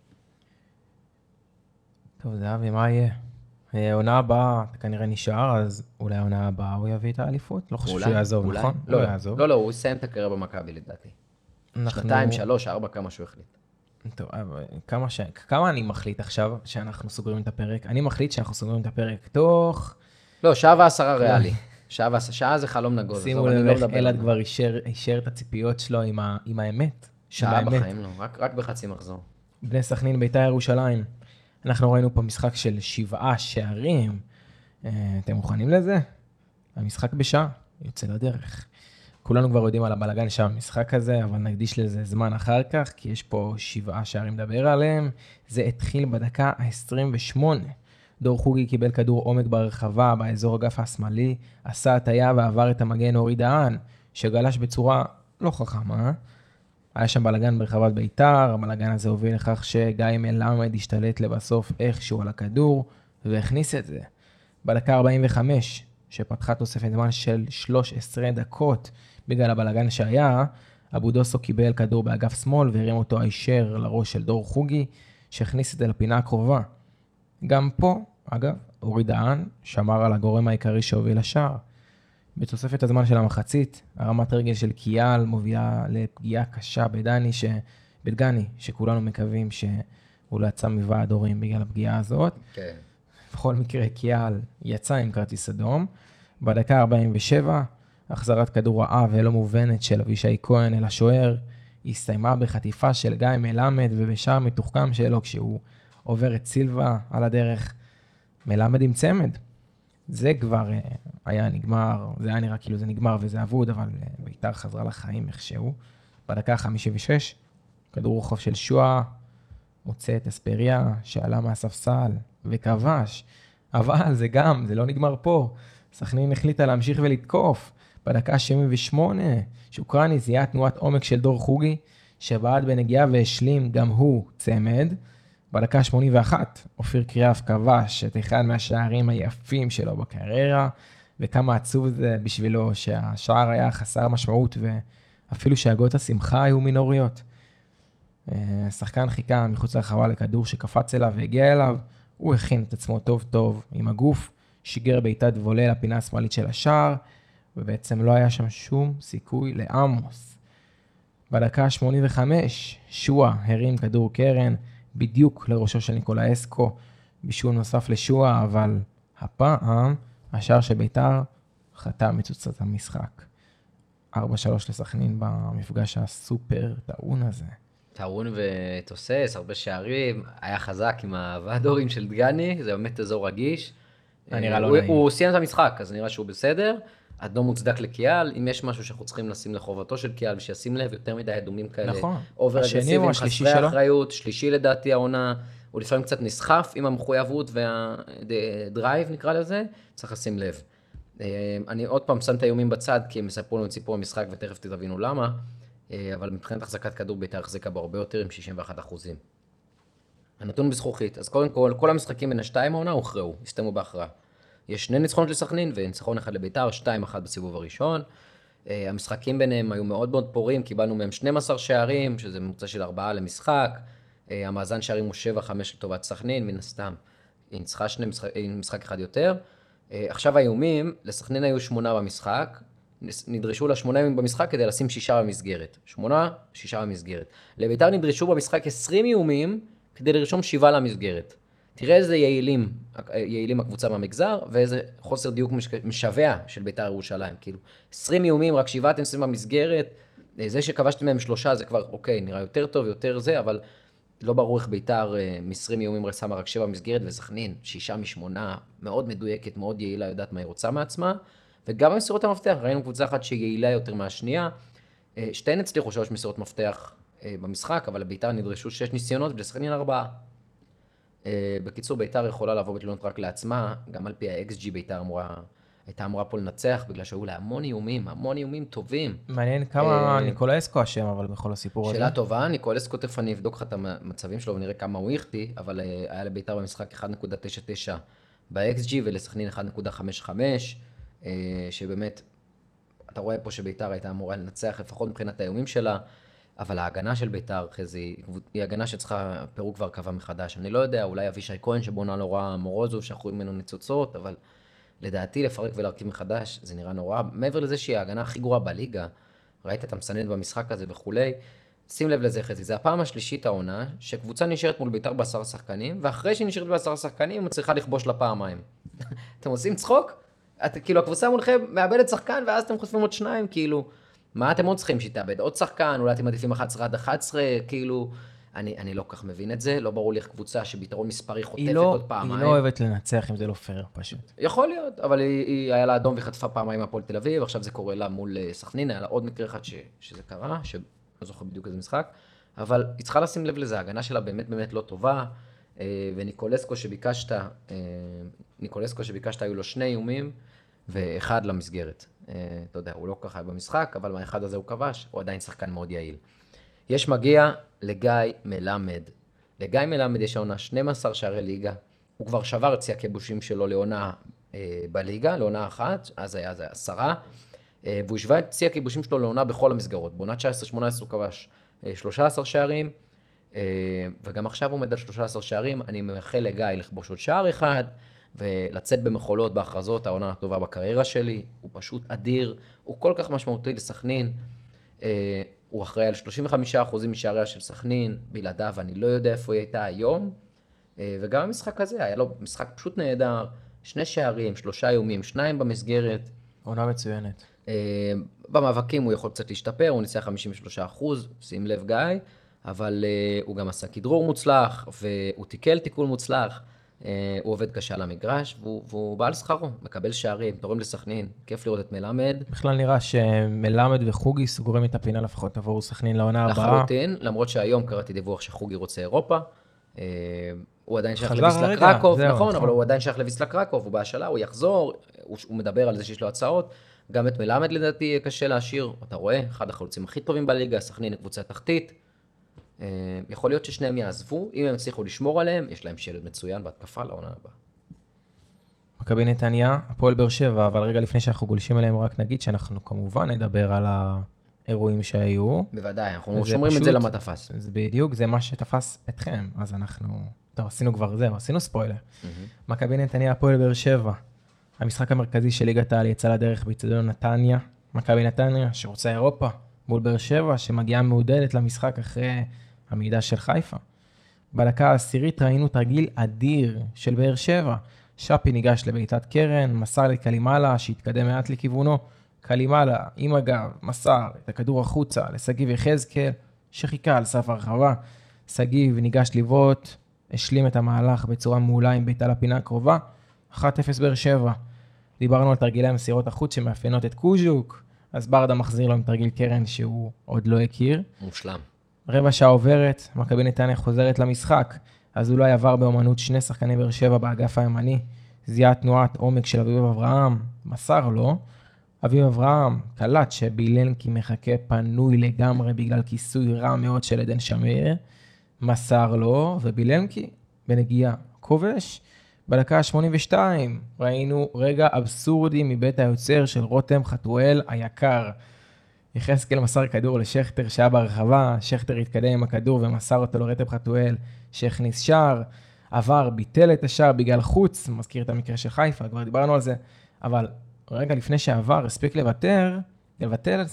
טוב, זהבי, מה יהיה? עונה הבאה, אתה כנראה נשאר, אז אולי העונה הבאה הוא יביא את האליפות? לא חושב שהוא יעזוב, נכון? לא, הוא יסיים את הקריירה במכבי לדעתי. 2, 3, 4, כמה שהוא החליט. טוב, כמה אני מחליט עכשיו שאנחנו סוגרים את הפרק? אני מחליט שאנחנו סוגרים את הפרק תוך... לא, 1:10 ריאלי. שעה זה חלום נגוז. שימו לב איך אלעד כבר אישר את הציפיות שלו עם האמת. שעה בחיים לא, רק בחצי מחזור. בני סכנין, בית"ר ירושלים. אנחנו ראינו פה משחק של 7 שערים. אתם מוכנים לזה? המשחק בשעה, יוצא לדרך. כולנו כבר יודעים על הבלגן שם המשחק הזה, אבל נקדיש לזה זמן אחר כך, כי יש פה 7 שערים לדבר עליהם. זה התחיל בדקה ה-28. דור חוגי קיבל כדור עומק ברחבה, באזור אגף השמאלי, עשה הטיה ועבר את המגן אורי דהן, שגלש בצורה לא חכמה. היה שם בלגן ברחבת בית"ר, הבלגן הזה הוביל לכך שגיא מלמד השתלט לבסוף איכשהו על הכדור, והכניס את זה. בדקה 45, שפתחה תוספת זמן של 13 דקות, בגלל הבלגן שהיה, אבו דוסו קיבל כדור באגף שמאל, והרים אותו הישר לראש של דור חוגי, שהכניס את זה לפינה הקרובה. גם פה, אגב, אורי דהן שמר על הגורם העיקרי שהוביל לשער. בתוספת הזמן של המחצית, הרמת רגל של קיאל מובילה לפגיעה קשה בדגני, שכולנו מקווים שהוא לא יצא מוועד הורים בגלל הפגיעה הזאת. כן. בכל מקרה, קיאל יצא עם כרטיס אדום. בדקה 47, החזרת כדור רעה ולא מובנת של אבישי כהן אל השוער, הסתיימה בחטיפה של גיא מלמד ובשער מתוחכם שלו כשהוא עובר את סילבה על הדרך. מלמד עם צמד. זה כבר היה נגמר, זה היה נראה כאילו זה נגמר וזה אבוד, אבל בית"ר חזרה לחיים איכשהו. בדקה 56, כדור רוחב של שואה, מוצא את אספריה, שעלה מהספסל וכבש. אבל זה לא נגמר פה. סכנין החליטה להמשיך ולתקוף. בדקה 78, שוקרני זיהה תנועת עומק של דור חוגי, שבעט בנגיעה והשלים גם הוא צמד. בדקה 81, אופיר קריאף כבש את אחד מהשערים היפים שלו בקריירה, וכמה עצוב זה בשבילו שהשער היה חסר משמעות, ואפילו שהגות השמחה היו מינוריות. השחקן חיכה מחוץ לרחבה לכדור שקפץ אליו והגיע אליו, הוא הכין את עצמו טוב טוב עם הגוף, שיגר בעיטת וולה לפינה השמאלית של השער, ובעצם לא היה שם שום סיכוי לעמוס. בדקה 85, שואה הרים כדור קרן, בדיוק לראשו של ניקולה אסקו, בישול נוסף לשואה, אבל הפעם השער של בית"ר חתם מצוצת המשחק. 4-3 לסכנין במפגש הסופר טעון הזה. טעון ותוסס, הרבה שערים, היה חזק עם הוועד הורים של דגני, זה באמת אזור רגיש. נראה לא נעים. הוא סיים את המשחק, אז נראה שהוא בסדר. אדום מוצדק לקיאל, אם יש משהו שאנחנו צריכים לשים לחובתו של קיאל, ושישים לב, יותר מדי אדומים כאלה. נכון. אובר השני או אגרסיביים, השלישי חסרי שלו? אחריות, שלישי לדעתי העונה, הוא לפעמים קצת נסחף עם המחויבות והדרייב נקרא לזה, צריך לשים לב. אני עוד פעם שם את האיומים בצד, כי הם מספרו לנו את סיפור המשחק, ותכף תבינו למה, אבל מבחינת החזקת כדור בית"ר החזיקה בהרבה יותר עם 61%. הנתון בזכוכית, אז קודם כל המשחקים בין השתיים העונה הוכרעו, הסתיימו בהכרעה. יש 2 ניצחונות לסכנין וניצחון אחד לבית"ר, 2-1 בסיבוב הראשון. המשחקים ביניהם היו מאוד מאוד פורים, קיבלנו מהם 12 שערים, שזה ממוצע של 4 למשחק. המאזן שערים הוא 7-5 לטובת סכנין, מן הסתם. היא ניצחה משחק אחד יותר. עכשיו האיומים, לסכנין היו 8 במשחק, נדרשו לה 8 איומים במשחק כדי לשים 6 במסגרת. 8, 6 במסגרת. לבית"ר נדרשו במשחק 20 איומים כדי לרשום 7 למסגרת. תראה איזה יעילים הקבוצה במגזר, ואיזה חוסר דיוק משווה של בית"ר ירושלים. כאילו, 20 איומים, רק 7 אתם שמים במסגרת, זה שכבשתם מהם 3 זה כבר, אוקיי, נראה יותר טוב, יותר זה, אבל לא ברור איך בית"ר מ-20 איומים שמה רק 7 במסגרת, וסכנין, 6 מ-8, מאוד מדויקת, מאוד יעילה, יודעת מה היא רוצה מעצמה, וגם במסירות המפתח, ראינו קבוצה אחת שהיא יעילה יותר מהשנייה, שתיהן הצליחו 3 מסירות מפתח במשחק, אבל לבית"ר נדרשו 6 ניסיונות, ולסכנין 4. בקיצור, בית"ר יכולה לבוא בתלונות רק לעצמה, גם על פי ה-XG בית"ר הייתה אמורה פה לנצח, בגלל שהיו לה המון איומים טובים. מעניין כמה ניקולה אסקו אשם, אבל בכל הסיפור הזה. שאלה טובה, ניקולה אסקו תכף אני אבדוק לך את המצבים שלו ונראה כמה הוא החטיא, אבל היה לבית"ר במשחק 1.99 ב-XG ולסכנין 1.55, שבאמת, אתה רואה פה שבית"ר הייתה אמורה לנצח לפחות מבחינת האיומים שלה, אבל ההגנה של בית"ר, חזי, היא הגנה שצריכה פירוק והרכבה מחדש. אני לא יודע, אולי אבישי כהן שבונה לא רע מורוזוב, שאחרו ממנו ניצוצות, אבל לדעתי לפרק ולהרכיב מחדש, זה נראה נורא. מעבר לזה שהיא ההגנה הכי גרועה בליגה, ראית את המסננת במשחק הזה וכולי, שים לב לזה חזי, זה הפעם השלישית העונה, שקבוצה נשארת מול בית"ר ב10 שחקנים, ואחרי שהיא נשארת ב10 שחקנים, היא צריכה לכבוש לה פעמיים. אתם עושים צחוק? כאילו הקבוצה מולכם מאבדת שחקן, ואז אתם חוטפים עוד 2, כאילו, מה אתם עוד צריכים שתאבד? עוד שחקן, אולי אתם עדיפים 11-11, כאילו, אני לא כך מבין את זה, לא ברור לי איך קבוצה שביתרון מספרי חוטפת עוד פעמיים. היא לא אוהבת לנצח אם זה לא פייר, פשוט. יכול להיות, אבל היא היה לה אדום וחטפה פעמיים מהפועל תל אביב, עכשיו זה קורה לה מול סכנין, היה לה עוד מקרה אחד שזה קרה, שלא זוכר בדיוק איזה משחק, אבל היא צריכה לשים לב לזה, ההגנה שלה באמת לא טובה, וניקולסקו שביקשת היו לו 2 איומים, ואחד למסגרת. אתה יודע, הוא לא ככה היה במשחק, אבל מהאחד הזה הוא כבש, הוא עדיין שחקן מאוד יעיל. יש מגיע לגיא מלמד. לגיא מלמד יש העונה 12 שערי ליגה, הוא כבר שבר את שיא הכיבושים שלו לעונה בליגה, לעונה אחת, אז היה 10, והוא השווה את שיא הכיבושים שלו לעונה בכל המסגרות. בעונה 19-18 הוא כבש 13 שערים, וגם עכשיו הוא עומד על 13 שערים, אני מאחל לגיא לכבוש עוד שער אחד, ולצאת במחולות בהכרזות, העונה הטובה בקריירה שלי, הוא פשוט אדיר, הוא כל כך משמעותי לסכנין, הוא אחראי על 35% משעריה של סכנין, בלעדיו אני לא יודע איפה היא הייתה היום, וגם המשחק הזה, היה לו משחק פשוט נהדר, 2 שערים, 3 איומים, 2 במסגרת. עונה מצוינת. במאבקים הוא יכול קצת להשתפר, הוא ניצח 53%, שים לב גיא, אבל הוא גם עשה כדרור מוצלח, והוא תיקל תיקול מוצלח, הוא עובד קשה על המגרש, והוא בא על שכרו, מקבל שערים, תורם לסכנין, כיף לראות את מלמד. בכלל נראה שמלמד וחוגי סוגרים את הפינה לפחות עבור סכנין לעונה הבאה. לחלוטין, למרות שהיום קראתי דיווח שחוגי רוצה אירופה, הוא עדיין שייך חזר לויסלה הרגע, קרקוב, זהו, נכון, נכון. אבל הוא עדיין שייך לויסלה קרקוב, הוא בהשאלה, הוא יחזור, הוא מדבר על זה שיש לו הצעות, גם את מלמד לדעתי קשה להשאיר, אתה רואה, אחד החלוצים הכי טובים בליגה, סכנין קבוצה תחתית, יכול להיות ששניהם יעזבו, אם הם הצליחו לשמור עליהם, יש להם שלד מצוין בהתקפה לעונה הבאה. מכבי נתניה, הפועל באר שבע, אבל רגע לפני שאנחנו גולשים אליהם, רק נגיד שאנחנו כמובן נדבר על האירועים שהיו. בוודאי, אנחנו שומרים את זה למה תפס. זה בדיוק, זה מה שתפס אתכם, אז אנחנו, טוב, עשינו כבר זהו, עשינו ספוילר. מכבי נתניה, הפועל באר שבע, המשחק המרכזי של ליגת העל יצא לדרך באצטדיון נתניה, מכבי נתניה שרוצה אירופה, מול באר שבע שמגיעה מעודדת למשחק אחרי המידע של חיפה. בדקה העשירית ראינו תרגיל אדיר של באר שבע, שפי ניגש לביתת קרן, מסר לקלימאלה שהתקדם מעט לכיוונו, קלימאלה עם הגב מסר את הכדור החוצה לסגיב יחזקאל שחיכה על סף הרחבה, סגיב ניגש לבעוט, השלים את המהלך בצורה מעולה עם ביתה לפינה הקרובה, 1-0 באר שבע. דיברנו על תרגילי המסירות החוץ שמאפיינות את קוז'וק, אז ברדה מחזיר לו עם תרגיל קרן שהוא עוד לא הכיר. מושלם. רבע שעה עוברת, מכבי נתניה חוזרת למשחק, אז אולי עבר באומנות 2 שחקני באר שבע באגף הימני, זיהה תנועת עומק של אביב אברהם, מסר לו, אביב אברהם קלט שבילנקי מחכה פנוי לגמרי בגלל כיסוי רע מאוד של עדן שמיר, מסר לו, ובילנקי בנגיעה כובש. בדקה ה-82 ראינו רגע אבסורדי מבית היוצר של רותם חתואל היקר. יחזקאל מסר כדור לשכטר שהיה ברחבה, שכטר התקדם עם הכדור ומסר אותו לרותם חתואל שהכניס שער, עבר, ביטל את השער בגלל חוץ, מזכיר את המקרה של חיפה, כבר דיברנו על זה, אבל רגע לפני שעבר, הספיק לבטל,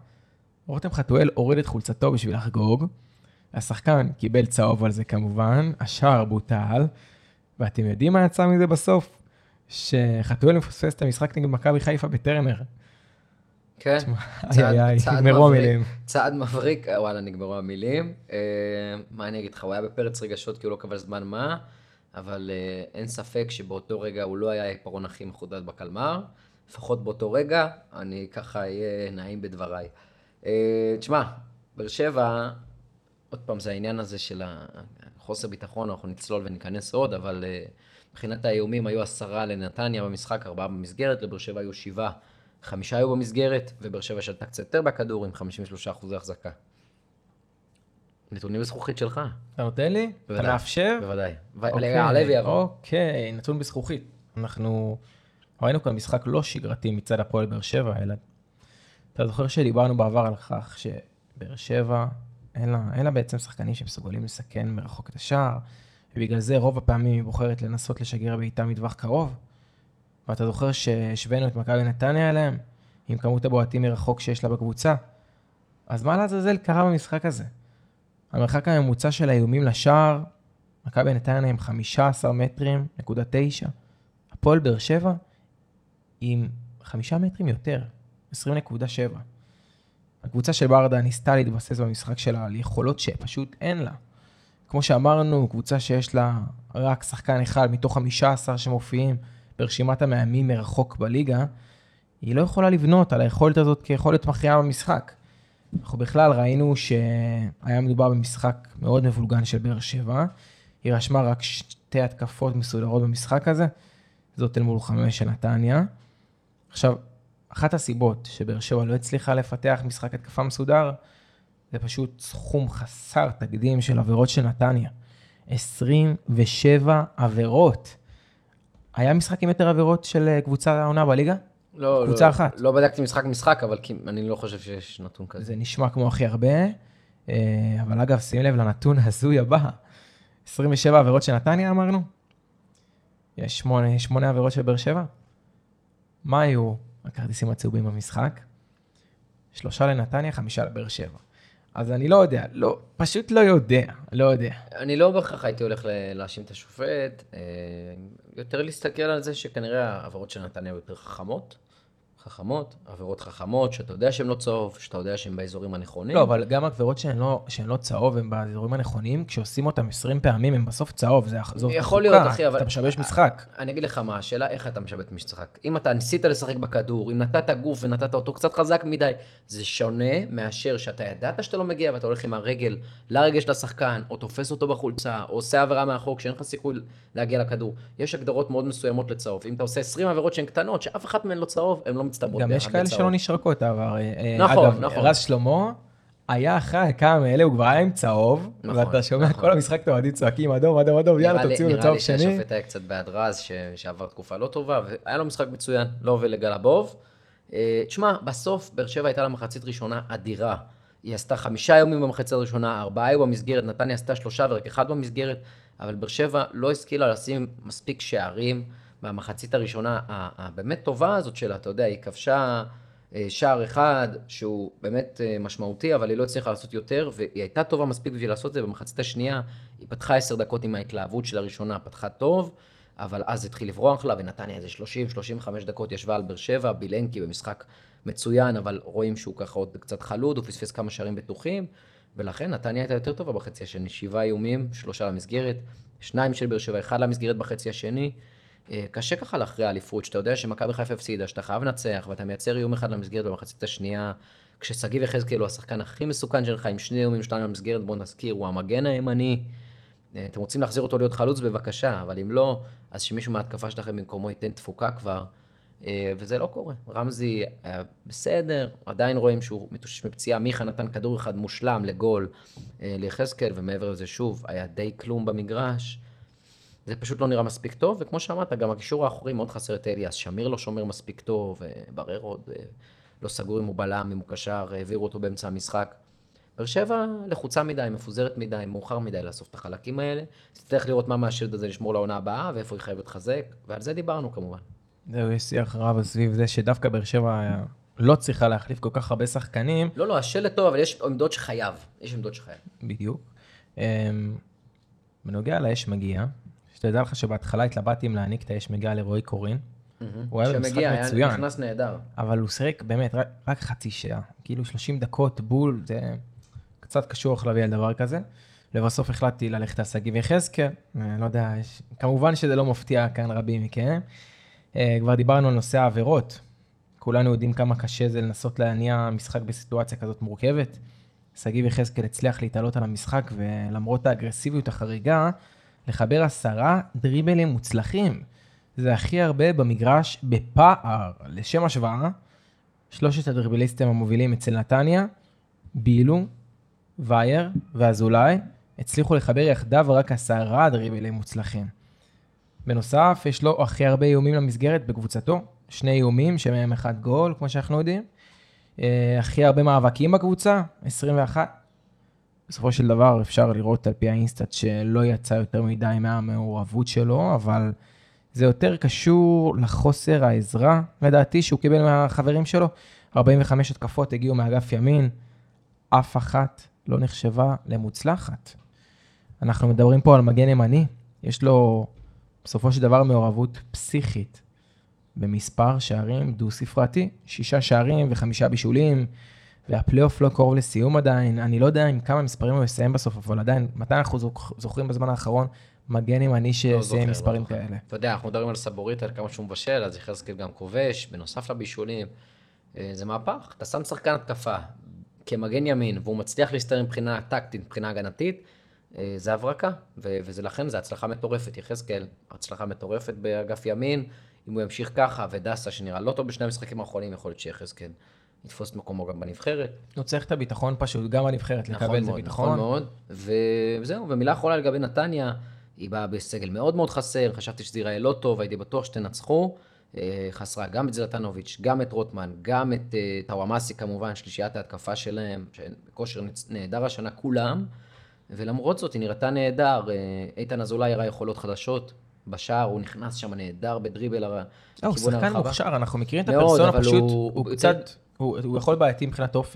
רותם חתואל הוריד את חולצתו בשביל לחגוג, השחקן קיבל צהוב על זה כמובן, השער בוטל, ואתם יודעים מה יצא מזה בסוף? שחתואל מפספס את המשחק נגד מכבי חיפה בטרנר. כן, נגמרו המילים. צעד מבריק, וואלה, נגמרו המילים. מה אני אגיד לך, הוא היה בפרץ רגשות כי הוא לא קבל זמן מה, אבל אין ספק שבאותו רגע הוא לא היה העיפרון הכי מחודד בקלמר, לפחות באותו רגע, אני ככה אהיה נעים בדבריי. תשמע, באר שבע, עוד פעם זה העניין הזה של חוסר ביטחון, אנחנו נצלול וניכנס עוד, אבל מבחינת האיומים היו 10 לנתניה במשחק, 4 במסגרת, לבאר שבע היו 7, 5 היו במסגרת, ובאר שבע שלטה קצת יותר בכדור עם 53% החזקה. נתונים בזכוכית שלך. אתה נותן לי? אתה מאפשר? בוודאי. לוי יבוא. אוקיי, נתון בזכוכית. אנחנו ראינו כאן משחק לא שגרתי מצד הפועל באר שבע, אלא אתה זוכר שדיברנו בעבר על כך שבאר שבע אין לה בעצם שחקנים שמסוגלים לסכן מרחוק את השער, ובגלל זה רוב הפעמים היא בוחרת לנסות לשגר בעיטה מטווח קרוב, ואתה זוכר שהשווינו את מכבי נתניה אליהם, עם כמות הבועטים מרחוק שיש לה בקבוצה, אז מה לעזאזל קרה במשחק הזה? המרחק הממוצע של האיומים לשער, מכבי נתניה עם 15 מטרים, נקודה 9, הפועל באר שבע עם 5 מטרים יותר, 20.7. הקבוצה של ברדה ניסתה להתבסס במשחק שלה על יכולות שפשוט אין לה. כמו שאמרנו, קבוצה שיש לה רק שחקן אחד מתוך 15 שמופיעים ברשימת המאמנים מרחוק בליגה, היא לא יכולה לבנות על היכולת הזאת כיכולת מכריעה במשחק. אנחנו בכלל ראינו שהיה מדובר במשחק מאוד מבולגן של באר שבע, היא רשמה רק 2 התקפות מסודרות במשחק הזה, זאת אל מול 5 של נתניה. עכשיו, אחת הסיבות שבאר שבע לא הצליחה לפתח משחק התקפה מסודר, זה פשוט סכום חסר תקדים של עבירות של נתניה. 27 עבירות. היה משחק עם יותר עבירות של קבוצה העונה בליגה? קבוצה אחת. לא בדקתי משחק, אבל אני לא חושב שיש נתון כזה. זה נשמע כמו הכי הרבה. אבל אגב, שים לב לנתון הזוי הבא, 27 עבירות של נתניה אמרנו? יש 8 עבירות של באר שבע? מה היו הכרטיסים הצהובים במשחק? 3 לנתניה, 5 לבאר שבע. אז אני לא יודע, פשוט לא יודע. אני לא בהכרח הייתי הולך להאשים את השופט, יותר להסתכל על זה שכנראה העבירות של נתניה יותר חכמות, עבירות חכמות, שאתה יודע שהן לא צהוב, שאתה יודע שהן באזורים הנכונים. לא, אבל גם עבירות שהן לא צהוב, הן באזורים הנכונים, כשעושים אותם 20 פעמים, הן בסוף צהוב, זאת יכול להיות, אחי, אבל... אתה משבש משחק. אני אגיד לך מה, השאלה איך אתה משבש משחק. אם אתה ניסית לשחק בכדור, אם נתת גוף ונתת אותו קצת חזק מדי, זה שונה מאשר שאתה ידעת שאתה לא מגיע, ואתה הולך עם הרגל לרגל של השחקן, או תופס אותו בחולצה, או עושה עבירה מאחור, כשאין לך סיכוי להגיע לכדור. יש הגדרות מאוד מסוימות לצהוב. אם אתה עושה 20 עבירות שהן קטנות, שאף אחת מהן לא צהוב, הן לא מצטברות. גם יש כאלה שלא נשרקות, אבל... נכון. אגב, רז שלמה היה אחרי כמה מאלה, הוא כבר היה עם צהוב, ואתה שומע כל המשחק תועדים צועקים, אדום, יאללה, תוציאו לצהוב שני. נראה לי שהשופט היה קצת בעד רז, שעבר תקופה לא טובה, והיה לו משחק מצוין, לא הוביל לגל הבוב. תשמע, בסוף, באר שבע הייתה לה מחצית ראשונה אדירה. היא עשתה 5 יומים במחצית הראשונה, 4 היו במסגרת, נתניה עשתה 3 ורק 1 במסגרת, אבל באר שבע לא השכילה לשים מספיק שערים במחצית הראשונה הבאמת טובה הזאת שלה, אתה יודע, היא כבשה שער אחד שהוא באמת משמעותי, אבל היא לא הצליחה לעשות יותר, והיא הייתה טובה מספיק בשביל לעשות את זה במחצית השנייה, היא פתחה 10 דקות עם ההתלהבות של הראשונה, פתחה טוב, אבל אז התחיל לברוח לה, ונתניה איזה 30-35 דקות ישבה על באר שבע, בילנקי במשחק מצוין, אבל רואים שהוא ככה עוד קצת חלוד, הוא פספס כמה שערים בטוחים, ולכן נתניה הייתה יותר טובה בחצי השני, 7 איומים, 3 למסגרת, 2 של באר שבע, 1 למסגרת בחצי השני, קשה ככה לאחרי האליפות, שאתה יודע שמכבי חיפה הפסידה, שאתה חייב לנצח, ואתה מייצר איום אחד למסגרת במחצית השנייה, כששגיב יחזקאל הוא השחקן הכי מסוכן שלך, עם 2 איומים, 2 למסגרת, בוא נזכיר, הוא המגן הימני, אתם רוצים להחזיר אותו להיות חלוץ בבקשה, אבל אם לא, אז שמישהו מההתקפה שלכם במקומו ייתן תפוקה כבר, וזה לא קורה. רמזי בסדר, עדיין רואים שהוא מתאושש מפציעה, מיכה נתן כדור אחד מושלם לגול ליחזקאל, ומעבר לזה שוב, היה די כלום במגרש, זה פשוט לא נראה מספיק טוב, וכמו שאמרת, גם הקישור האחורי מאוד חסר את אליאס, שמיר לא שומר מספיק טוב, ברר עוד לא סגור אם הוא בלם, אם הוא קשר, העבירו אותו באמצע המשחק. באר שבע לחוצה מדי, מפוזרת מדי, מאוחר מדי לאסוף את החלקים האלה. תצטרך לראות מה מהשילד הזה לשמור לעונה הבאה, ואיפה היא חייבת חזק, ועל זה דיברנו כמובן. זהו, יש שיח רב סביב זה שדווקא באר שבע לא צריכה להחליף כל כך הרבה שחקנים. לא, השלט טוב, אבל יש עמדות שחייב. בדיוק. בנוגע לאש מגיע, שתדע לך שבהתחלה התלבטתי אם להעניק את האש מגיע לרועי קורין. הוא היה במשחק מצוין. שמגיע, היה נכנס נהדר. אבל הוא שיחק באמת רק חצי שעה. כאילו 30 דקות בול, זה קצת קשור להביא על דבר כזה. לבסוף החלטתי ללכת על שגיב יחזקאל. לא יודע, כמובן שזה לא מפתיע כאן רבים מכם. כבר דיברנו על נושא העבירות. כולנו יודעים כמה קשה זה לנסות להניע משחק בסיטואציה כזאת מורכבת. שגיב יחזקאל הצליח להתעלות על המשחק, ולמרות האגרסיביות החריגה, לחבר 10 דריבלים מוצלחים. זה הכי הרבה במגרש בפער. לשם השוואה, 3 הדריבליסטים המובילים אצל נתניה, בילו, וייר ואזולאי, הצליחו לחבר יחדיו רק 10 דריבלים מוצלחים. בנוסף, יש לו הכי הרבה איומים למסגרת בקבוצתו, 2 איומים שמהם 1 גול, כמו שאנחנו יודעים. הכי הרבה מאבקים בקבוצה, 21. בסופו של דבר אפשר לראות על פי האינסטאט שלא יצא יותר מדי מהמעורבות שלו, אבל זה יותר קשור לחוסר העזרה, לדעתי, שהוא קיבל מהחברים שלו. 45 התקפות הגיעו מאגף ימין, אף אחת לא נחשבה למוצלחת. אנחנו מדברים פה על מגן ימני, יש לו בסופו של דבר מעורבות פסיכית, במספר שערים דו ספרתי, 6 שערים ו5 בישולים, והפלייאוף לא קרוב לסיום עדיין. אני לא יודע עם כמה מספרים הוא יסיים בסוף, אבל עדיין, מתי אנחנו זוכרים בזמן האחרון מגן ימני שיסיים מספרים כאלה? אתה יודע, אנחנו מדברים על סבורית, על כמה שהוא מבשל, אז יחזקאל גם כובש, בנוסף לבישולים. זה מהפך, אתה שם שחקן התקפה כמגן ימין, והוא מצליח להסתדר מבחינה טקטית, מבחינה הגנתית, זה הברקה, וזה לכן, זה הצלחה מטורפת. יחזקאל, הצלחה מטורפת באגף ימין, אם הוא ימשיך ככה, ודסה שנראה לא טוב בשני המשחקים האחרונים, יכול להיות שיחזקאל יתפוס מקומו גם בנבחרת. הוא צריך את הביטחון פשוט, גם בנבחרת, לקבל את זה ביטחון. נכון מאוד, וזהו, ומילה אחרונה לגבי נתניה, היא באה בסגל מאוד מאוד חסר, חשבתי שזה ייראה לא טוב, הייתי בטוח שתנצחו, חסרה גם את זלטנוביץ', גם את רוטמן, גם את טוואמאסי כמובן, שלישיית ההתקפה שלהם, בכושר נהדר השנה כולם, ולמרות זאת היא נראתה נהדר, איתן אזולאי הראה יכולות חדשות, בשער הוא נכנס שם נהדר בדריבל לכיוון הרחבה. הוא שחקן מוכשר, אנחנו מכירים את מאוד, הפרסונה, אבל פשוט הוא- הוא קצת, הוא יכול בעייתי מבחינת אופי.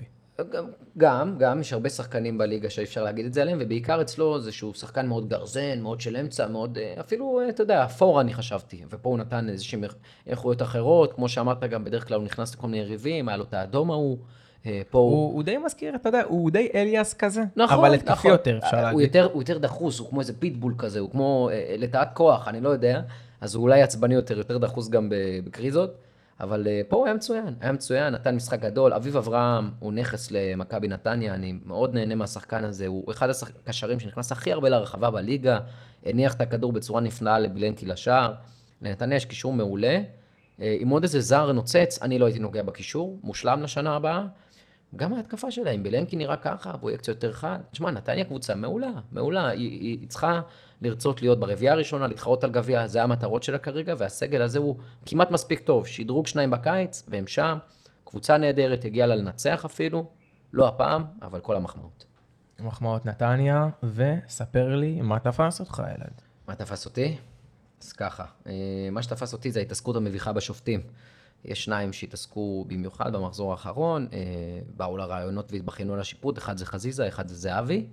גם, יש הרבה שחקנים בליגה שאפשר להגיד את זה עליהם, ובעיקר אצלו זה שהוא שחקן מאוד גרזן, מאוד של אמצע, מאוד, אפילו, אתה יודע, אפור אני חשבתי, ופה הוא נתן איזושהי איכויות אחרות, כמו שאמרת גם, בדרך כלל הוא נכנס לכל מיני יריבים, היה לו את האדום ההוא, פה הוא די מזכיר, אתה יודע, הוא די אליאס כזה, נכון, אבל התקפי נכון. יותר, אפשר הוא להגיד. יותר דחוס, הוא כמו איזה פיטבול כזה, הוא כמו לטעת כוח, אני לא יודע, אז הוא אולי עצבני יותר דחוס גם בקריזות, אבל פה הוא היה מצוין, נתן משחק גדול, אביב אברהם הוא נכס למכבי נתניה, אני מאוד נהנה מהשחקן הזה, הוא אחד הקשרים שנכנס הכי הרבה לרחבה בליגה, הניח את הכדור בצורה נפלאה לבילנקי לשער, לנתניה יש קישור מעולה, עם עוד איזה זר נוצץ, אני לא הייתי נוגע בקישור, מושלם לשנה הבאה, גם ההתקפה שלה, אם בילנקי נראה ככה, פרויקציה יותר חד. תשמע, נתניה קבוצה מעולה. היא צריכה לרצות להיות ברביעייה הראשונה, להתחרות על גביע, זה המטרות שלה כרגע, והסגל הזה הוא כמעט מספיק טוב. שדרוג 2 בקיץ, והם שם. קבוצה נהדרת, הגיעה לה לנצח אפילו, לא הפעם, אבל כל המחמאות. מחמאות נתניה, וספר לי מה תפס אותך, ילד. מה תפס אותי? אז ככה, מה שתפס אותי זה ההתעסקות המביכה בשופטים. יש 2 שהתעסקו במיוחד במחזור האחרון, באו לרעיונות והתבחיינו על השיפוט, אחד זה חזיזה, אחד זה זהבי.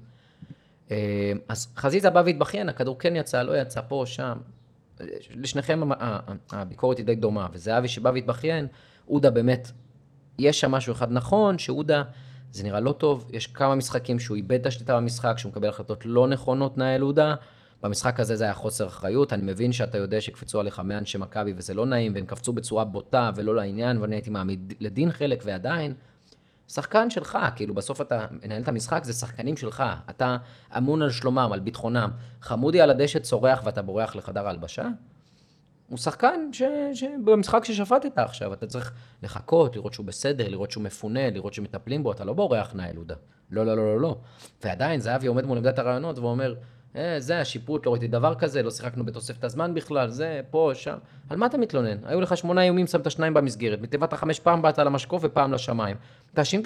אז חזיזה בא והתבחיין, הכדור כן יצא, לא יצא פה, שם. לשניכם הביקורת היא די דומה, וזהבי שבא והתבחיין, אודה באמת, יש שם משהו אחד נכון, שאודה, זה נראה לא טוב, יש כמה משחקים שהוא איבד את השליטה במשחק, שהוא מקבל החלטות לא נכונות נהל אודה, במשחק הזה זה היה חוסר אחריות, אני מבין שאתה יודע שקפצו עליך מאנשי מכבי וזה לא נעים, והם קפצו בצורה בוטה ולא לעניין, ואני הייתי מעמיד לדין חלק ועדיין, שחקן שלך, כאילו בסוף אתה מנהל את המשחק, זה שחקנים שלך, אתה אמון על שלומם, על ביטחונם, חמודי על הדשא צורח ואתה בורח לחדר ההלבשה, הוא שחקן במשחק ששפטת עכשיו, אתה צריך לחכות, לראות שהוא בסדר, לראות שהוא מפונה, לראות שמטפלים בו, אתה לא בורח נהל אודה. לא. ועדיין זהבי עומד מול עמדת הרעיונות ואומר, זה השיפוט, לא ראיתי דבר כזה, לא שיחקנו בתוספת הזמן בכלל, זה, פה, שם. על מה אתה מתלונן? היו לך 8 איומים, שמת 2 במסגרת, מטבעת 5 פעם באת על המשקוף ופעם לשמיים. תאשים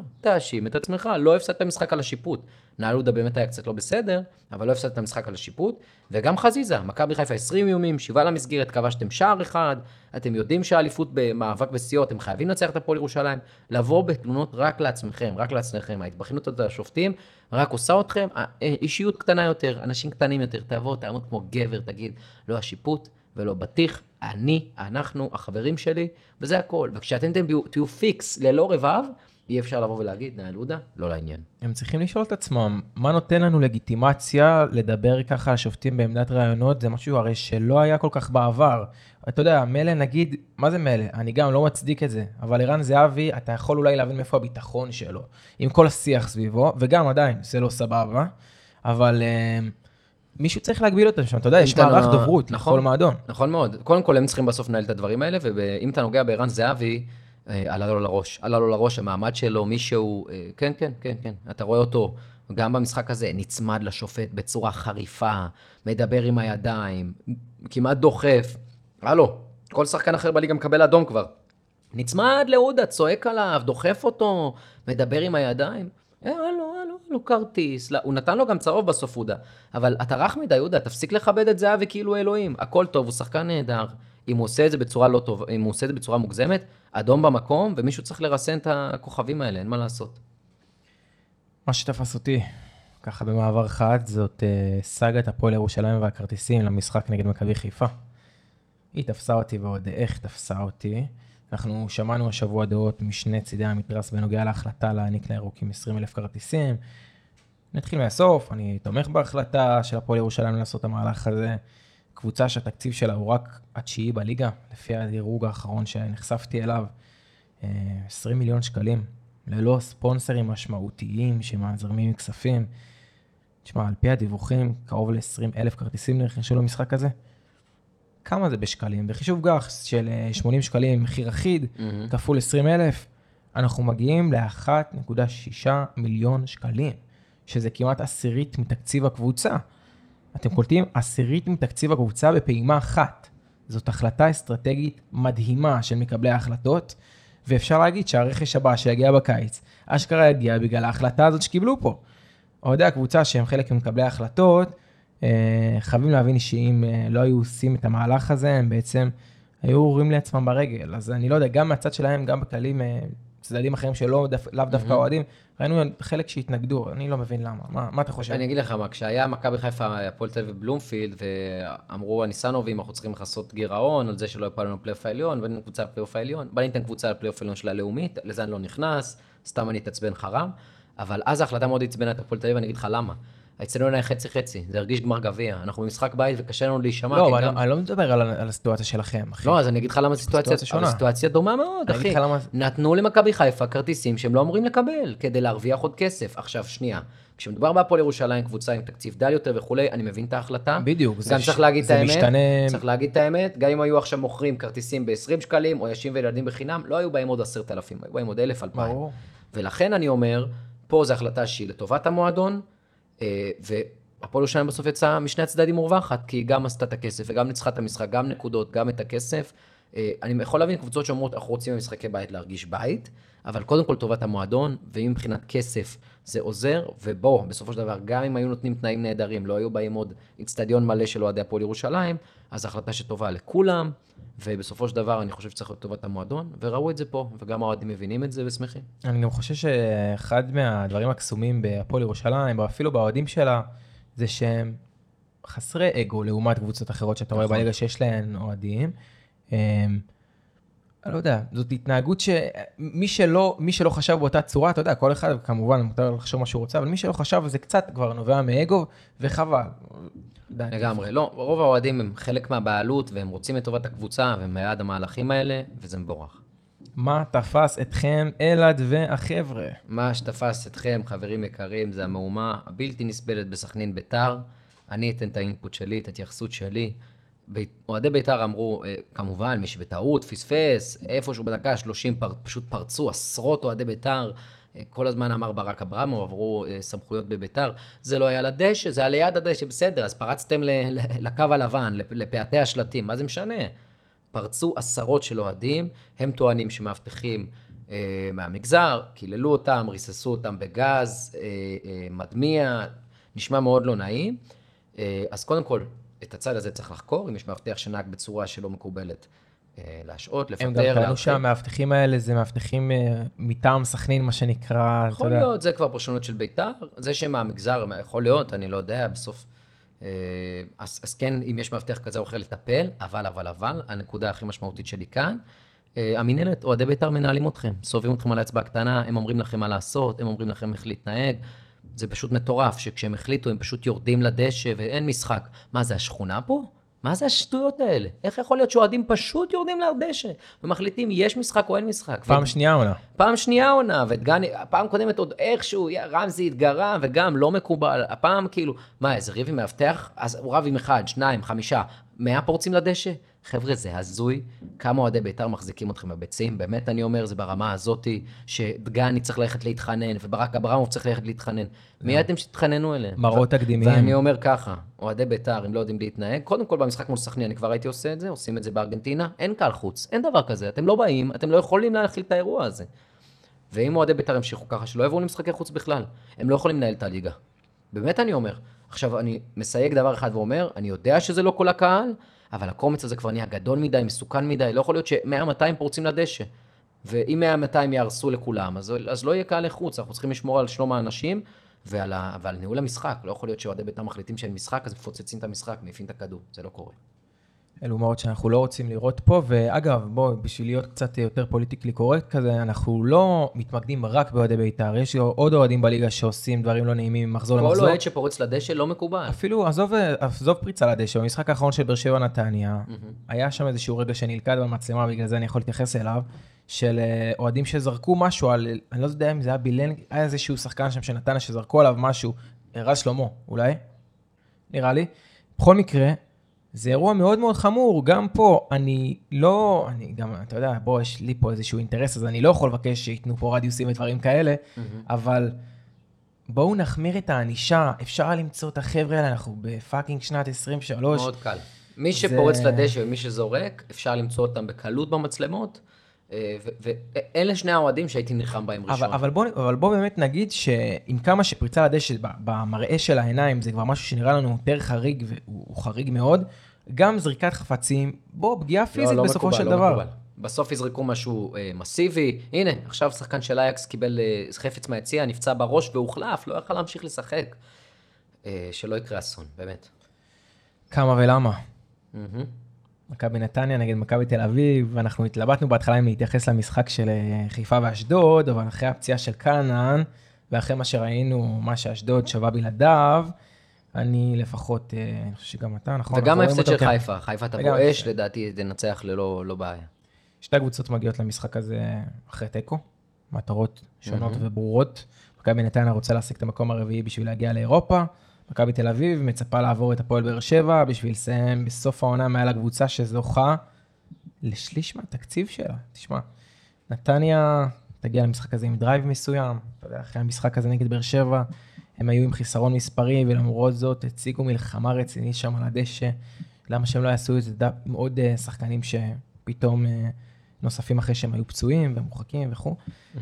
את עצמך, לא הפסדת משחק על השיפוט. נהל אודה באמת היה קצת לא בסדר, אבל לא הפסדת משחק על השיפוט, וגם חזיזה, מכבי חיפה 20 איומים, 7 למסגרת, כבשתם שער אחד, אתם יודעים שהאליפות במאבק בסיעות, אתם חייבים לנצח את הפועל ירושלים, לבוא בתלונות רק לעצמכם, ההתבחנות את השופטים, רק עושה אתכם, אישיות קטנה יותר, אנשים קטנים יותר, תעמוד כמו גבר, תגיד, לא השיפוט ולא בטיח, אנחנו, החברים שלי, וזה הכל. וכשאתם תהיו פיקס ללא רבב, אי אפשר לבוא ולהגיד, נהל אודה, לא לעניין. הם צריכים לשאול את עצמם, מה נותן לנו לגיטימציה לדבר ככה על שופטים בעמדת רעיונות? זה משהו הרי שלא היה כל כך בעבר. אתה יודע, מלא נגיד, מה זה מלא? אני גם לא מצדיק את זה, אבל ערן זהבי, אתה יכול אולי להבין מאיפה הביטחון שלו, עם כל השיח סביבו, וגם עדיין, זה לא סבבה, אבל מישהו צריך להגביל אותם שם, אתה יודע, יש מערך דוברות לכל מועדון. נכון מאוד. קודם כל, הם צריכים בסוף לנהל את הדברים האלה, ואם אתה נוגע בערן זהבי, עלה לו לראש, המעמד שלו, מישהו, כן, אתה רואה אותו, גם במשחק הזה, נצמד לשופט בצורה חריפה, מדבר עם הידיים, כמעט דוחף, הלו, כל שחקן אחר בליגה מקבל אדום כבר, נצמד לאודה, צועק עליו, דוחף אותו, מדבר עם הידיים, הלו, כרטיס, הוא נתן לו גם צהוב בסוף אודה, אבל אתה רך מדי, אודה, תפסיק לכבד את זהבי כאילו אלוהים, הכל טוב, הוא שחקן נהדר, אם הוא עושה את זה בצורה לא טוב, אם הוא עושה את זה בצורה מוגזמת, אדום במקום, ומישהו צריך לרסן את הכוכבים האלה, אין מה לעשות. מה שתפס אותי, ככה במעבר חד, זאת סגת הפועל ירושלים והכרטיסים למשחק נגד מכבי חיפה. היא תפסה אותי ועוד איך תפסה אותי. אנחנו שמענו השבוע דעות משני צידי המתרס בנוגע להחלטה להעניק לירוקים 20,000 כרטיסים. נתחיל מהסוף, אני תומך בהחלטה של הפועל ירושלים לעשות את המהלך הזה. קבוצה שהתקציב שלה הוא רק התשיעי בליגה, לפי הדירוג האחרון שנחשפתי אליו, 20 מיליון שקלים, ללא ספונסרים משמעותיים שמזרמים מכספים. תשמע, על פי הדיווחים, קרוב ל-20,000 כרטיסים נרכשו למשחק הזה. כמה זה בשקלים? בחישוב גח של 80 שקלים, מחיר אחיד, כפול 20,000, אנחנו מגיעים ל-1.6 מיליון שקלים, שזה כמעט 10% מתקציב הקבוצה. אתם קולטים 10% מתקציב הקבוצה בפעימה אחת. זאת החלטה אסטרטגית מדהימה של מקבלי ההחלטות, ואפשר להגיד שהרכש הבא שיגיע בקיץ, אשכרה יגיע בגלל ההחלטה הזאת שקיבלו פה. אוהדי הקבוצה שהם חלק ממקבלי ההחלטות, חייבים להבין שאם לא היו עושים את המהלך הזה, הם בעצם היו הורים לעצמם ברגל. אז אני לא יודע, גם מהצד שלהם, גם בכללים, צדדים אחרים שלא לאו דווקא אוהדים, ראינו חלק שהתנגדו, אני לא מבין למה. מה אתה חושב? אני אגיד לך מה, כשהיה מכבי חיפה, הפועל תל אביב ובלומפילד, ואמרו הניסנובים, אנחנו צריכים לכסות גירעון, על זה שלא יפעל לנו פלייאוף העליון, בנינו קבוצה לפלייאוף העליון, בניתם קבוצה לפלייאוף העליון של הלאומית, לזה אני לא נכנס, סתם אני אתעצבן חרם, אבל אז ההחלטה מאוד הצבנה את הפועל תל אביב, אני אגיד לך למה. האצטדיון היה חצי-חצי, זה הרגיש גמר גביע, אנחנו במשחק בית וקשה לנו להישמע. לא, אני לא מדבר על הסיטואציה שלכם, אחי. לא, אז אני אגיד לך למה סיטואציה דומה מאוד, אחי. נתנו למכבי חיפה כרטיסים שהם לא אמורים לקבל, כדי להרוויח עוד כסף. עכשיו, שנייה, כשמדובר בהפועל ירושלים, קבוצה עם תקציב דל יותר וכולי, אני מבין את ההחלטה. בדיוק, גם צריך להגיד את האמת. משתנה. צריך להגיד את האמת, גם אם היו עכשיו מוכרים כרטיסים ב-20 שקלים, או נשים וילדים בחינם, לא היו בהם עוד 10,000, היו בהם עוד 1,000-2,000. ולכן אני אומר, פה זו החלטה שהיא לטובת המועדון, הפועל ירושלים בסוף יצא משני הצדדים מורווחת, כי היא גם עשתה את הכסף וגם ניצחה את המשחק, גם נקודות, גם את הכסף. אני יכול להבין קבוצות שאומרות, אנחנו רוצים במשחקי בית להרגיש בית, אבל קודם כל טובת המועדון, ואם מבחינת כסף זה עוזר, ובוא, בסופו של דבר, גם אם היו נותנים תנאים נהדרים, לא היו באים עוד אצטדיון מלא של אוהדי הפועל ירושלים, אז החלטה שטובה לכולם, ובסופו של דבר אני חושב שצריך להיות טובת המועדון, וראו את זה פה, וגם האוהדים מבינים את זה ושמחים. אני גם חושב שאחד מהדברים הקסומים בהפועל ירושלים, אפילו באוהדים שלה, זה שהם חסרי אגו לעומת קבוצות אחרות שאתה רואה בליגה שיש להן אוהדים. אני לא יודע, זאת התנהגות שמי שלא חשב באותה צורה, אתה יודע, כל אחד כמובן מותר לחשוב מה שהוא רוצה, אבל מי שלא חשב זה קצת כבר נובע מאגו וחבל. לגמרי, לא, רוב האוהדים הם חלק מהבעלות והם רוצים את טובת הקבוצה והם מיד המהלכים האלה וזה מבורך. מה תפס אתכם אלעד והחבר'ה? מה שתפס אתכם, חברים יקרים, זה המהומה הבלתי נסבלת בסכנין ביתר. אני אתן את האינפוט שלי, את ההתייחסות שלי. אוהדי ביתר אמרו, כמובן, מי שבטעות, פספס, איפשהו בדקה 30 פשוט פרצו עשרות אוהדי ביתר. כל הזמן אמר ברק אברמוב, עברו סמכויות בביתר. זה לא היה לדשא, זה היה ליד הדשא, בסדר, אז פרצתם לקו הלבן, לפאתי השלטים, מה זה משנה? פרצו עשרות של אוהדים, הם טוענים שמאבטחים מהמגזר, קיללו אותם, ריססו אותם בגז, מדמיע, נשמע מאוד לא נעים. אז קודם כל, את הצד הזה צריך לחקור, אם יש מאבטח שנהג בצורה שלא מקובלת, להשעות, לפטר. הם גם טענו שהמאבטחים האלה זה מאבטחים מטעם סכנין, מה שנקרא, יכול להיות, זה כבר פרשנות של ביתר, זה שהם מהמגזר, יכול להיות, אני לא יודע, בסוף. אז כן, אם יש מאבטח כזה או אחר לטפל, אבל, הנקודה הכי משמעותית שלי כאן, המנהלת, אוהדי ביתר מנהלים אתכם, סובבים אתכם על האצבע הקטנה, הם אומרים לכם מה לעשות, הם אומרים לכם איך להתנהג, זה פשוט מטורף, שכשהם החליטו, הם פשוט יורדים לדשא ואין משחק. מה זה, השכונה פה? מה זה השטויות האלה? איך יכול להיות שאוהדים פשוט יורדים לדשא ומחליטים יש משחק או אין משחק? פעם שנייה עונה. פעם שנייה עונה, הפעם קודמת עוד איכשהו, רמזי התגרה וגם לא מקובל. הפעם כאילו, מה, איזה ריב עם מאבטח? אז הוא רב עם 1, 2, 5, 100 פורצים לדשא? חבר'ה, זה הזוי, כמה אוהדי ביתר מחזיקים אתכם בביצים, באמת אני אומר, זה ברמה הזאת, שדגני צריך ללכת להתחנן, וברק אברמוב צריך ללכת להתחנן. מי אתם שתתחננו אליהם? מראות תקדימיים. ואני אומר ככה, אוהדי ביתר, הם לא יודעים להתנהג, קודם כל במשחק מול סכנין, אני כבר הייתי עושה את זה, עושים את זה בארגנטינה, אין קהל חוץ, אין דבר כזה, אתם לא באים, אתם לא יכולים להכיל את האירוע הזה. ואם אוהדי ביתר המשיכו ככה, שלא יבואו למשחקי חוץ בכלל, הם לא יכולים לנהל את הליגה. באמת אני אומר. עכשיו, אני מסייג דבר אחד ואומר, אני יודע שזה לא כל הקהל, אבל הקומץ הזה כבר נהיה גדול מדי, מסוכן מדי, לא יכול להיות ש100-200 פורצים לדשא. ואם 100-200 יהרסו לכולם, אז לא יהיה קהל לחוץ, אנחנו צריכים לשמור על שלום האנשים ועל ניהול המשחק. לא יכול להיות שאוהדי ביתר מחליטים שאין משחק, אז מפוצצים את המשחק, מעיפים את הכדור, זה לא קורה. אלו מאות שאנחנו לא רוצים לראות פה, ואגב, בוא, בשביל להיות קצת יותר פוליטיקלי קורקט כזה, אנחנו לא מתמקדים רק באוהדי בית"ר, יש עוד אוהדים בליגה שעושים דברים לא נעימים, מחזור למחזור. כל אוהד שפורץ לדשא לא מקובל. אפילו, עזוב פריצה לדשא, במשחק האחרון של באר שבע נתניה, היה שם איזשהו רגע שנלכד במצלמה, בגלל זה אני יכול להתייחס אליו, של אוהדים שזרקו משהו על, אני לא יודע אם זה היה בילן, היה איזשהו שחקן שם שנתניה שזרקו עליו משהו, רז שלמה, אולי? נראה לי. בכל מקרה, זה אירוע מאוד מאוד חמור, גם פה, אני גם, אתה יודע, בוא, יש לי פה איזשהו אינטרס, אז אני לא יכול לבקש שיתנו פה רדיוסים ודברים כאלה, אבל בואו נחמיר את הענישה, אפשר למצוא את החבר'ה האלה, אנחנו בפאקינג שנת 23. מאוד קל. מי שפורץ לדשא ומי שזורק, אפשר למצוא אותם בקלות במצלמות, ואלה שני האוהדים שהייתי נלחם בהם ראשון. אבל בוא באמת נגיד שעם כמה שפריצה לדשא במראה של העיניים, זה כבר משהו שנראה לנו יותר חריג, והוא חריג מאוד, גם זריקת חפצים, פגיעה פיזית בסופו של דבר. בסוף יזרקו משהו מסיבי, הנה, עכשיו שחקן של אייקס קיבל חפץ מהיציע, נפצע בראש והוחלף, לא יכל להמשיך לשחק. שלא יקרה אסון, באמת. כמה ולמה? מכבי נתניה נגד מכבי תל אביב, ואנחנו התלבטנו בהתחלה אם להתייחס למשחק של חיפה ואשדוד, אבל אחרי הפציעה של קנן, ואחרי מה שראינו, מה שאשדוד שווה בלעדיו, אני לפחות, אני חושב שגם אתה, נכון? וגם ההפסד של חיפה, חיפה תבוא אש, לדעתי תנצח ללא בעיה. שתי קבוצות מגיעות למשחק הזה אחרי תיקו, מטרות שונות וברורות. מכבי נתניה רוצה להשיג את המקום הרביעי בשביל להגיע לאירופה, מכבי תל אביב מצפה לעבור את הפועל באר שבע, בשביל לסיים בסוף העונה מעל הקבוצה שזוכה לשליש מהתקציב שלה. תשמע, נתניה תגיע למשחק הזה עם דרייב מסוים, אתה יודע, אחרי המשחק הזה נגד באר שבע, הם היו עם חיסרון מספרי, ולמרות זאת הציגו מלחמה רצינית שם על הדשא, למה שהם לא יעשו את זה עם עוד שחקנים שפתאום נוספים אחרי שהם היו פצועים ומורחקים וכו'.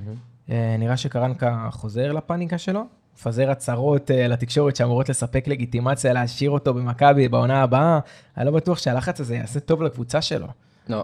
נראה שקרנקה חוזר לפאניקה שלו, מפזר הצהרות לתקשורת שאמורות לספק לגיטימציה, להשאיר אותו במכבי בעונה הבאה. אני לא בטוח שהלחץ הזה יעשה טוב לקבוצה שלו. לא.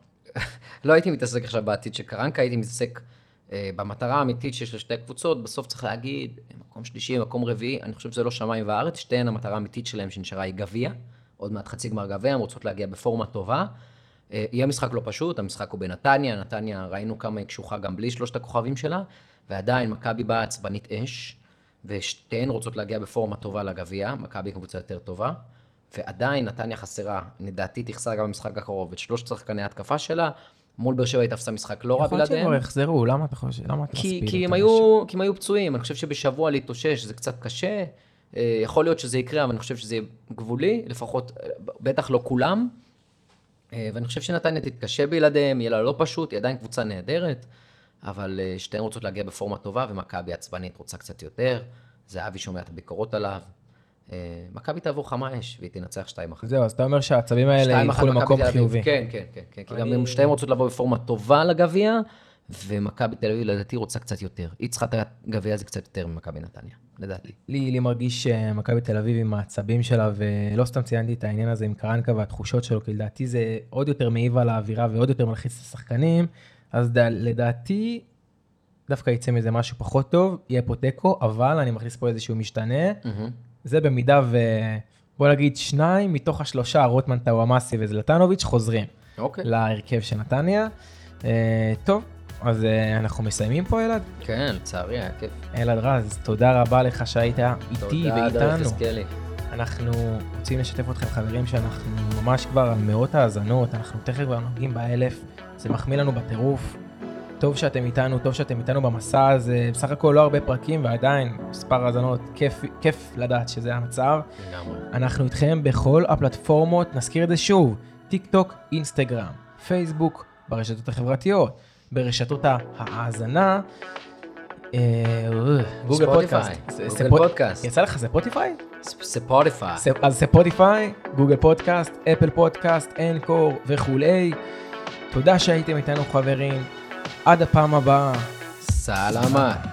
לא הייתי מתעסק עכשיו בעתיד של קרנקה, הייתי מתעסק במטרה האמיתית שיש לשתי קבוצות. בסוף צריך להגיד, מקום שלישי, מקום רביעי, אני חושב שזה לא שמיים וארץ, שתיהן המטרה האמיתית שלהם שנשארה היא גביע, עוד מעט חצי גמר גביע, הם רוצות להגיע בפורמה טובה. יהיה משחק לא פשוט, המשחק הוא בנתניה, נתניה ראינו כמה היא קשוחה גם בלי שלושת הכוכבים שלה, ועדיין מכבי באה עצבנית אש, ושתיהן רוצות להגיע בפורמה טובה לגביע, מכבי קבוצה יותר טובה, ועדיין נתניה חסרה, לדעתי תחסר גם במשחק הקרוב, את שלושת שחקני ההתקפה שלה, מול באר שבע היא תפסה משחק לא רע בלעדיהם. יכול להיות שהם יחזרו, למה אתה חושב? למה אתה מספיד? כי הם היו פצועים, אני חושב שבשבוע להתאושש זה קצת קשה, יכול להיות שזה יקרה, אבל אני חושב שזה גבולי, לפחות, בטח לא כולם, ואני חושב שנתניה תתקשה בלעדיהם, יהיה לה לא פשוט, היא עדיין קבוצה נהדרת, אבל שתיהן רוצות להגיע בפורמה טובה, ומכבי עצבנית רוצה קצת יותר, זה אבי שומע את הביקורות עליו, מכבי תעבור חמה אש, והיא תנצח 2-1. זהו, אז אתה אומר שהעצבים האלה ילכו למקום חיובי. כן, כי גם הם שתיהן רוצות לבוא בפורמה טובה לגביע, ומכבי תל אביב לדעתי רוצה קצת יותר. היא צריכה את הגביע הזה קצת יותר ממכבי נתניה, לדעתי. לי מרגיש שמכבי תל אביב עם העצבים שלה, ולא סתם ציינתי את העניין הזה עם קרנקה והתחושות שלו, כי לדעתי זה עוד יותר מעיב על האווירה, ועוד יותר מלחיץ את השחקנים, אז לדעתי דווקא יצא מזה משהו פחות טוב, יהיה פה תיקו, אבל אני מכניס פה איזשהו משתנה, זה במידה בוא נגיד 2 מתוך 3, רוטמן, טאוואמאסי וזלטנוביץ' חוזרים להרכב של נתניה. טוב, אז אנחנו מסיימים פה, אלעד? כן, לצערי, היה כיף. אלעד רז, תודה רבה לך שהיית איתי ואיתנו. תודה, דרך חזקאלי. אנחנו רוצים לשתף אתכם, חברים, שאנחנו ממש כבר על מאות האזנות, אנחנו תכף כבר נוגעים ב1,000, זה מחמיא לנו בטירוף. טוב שאתם איתנו במסע הזה, בסך הכל לא הרבה פרקים, ועדיין מספר האזנות, כיף לדעת שזה המצב. אנחנו איתכם בכל הפלטפורמות, נזכיר את זה שוב, טיק טוק, אינסטגרם, פייסבוק, ברשתות החברתיות, ברשתות ההאזנה, גוגל פודקאסט. יצא לך ספוטיפיי? ספוטיפיי. אז ספוטיפיי, גוגל פודקאסט, אפל פודקאסט, אנקור וכולי. תודה שהייתם איתנו, חברים. עד הפעם הבאה. סלמת.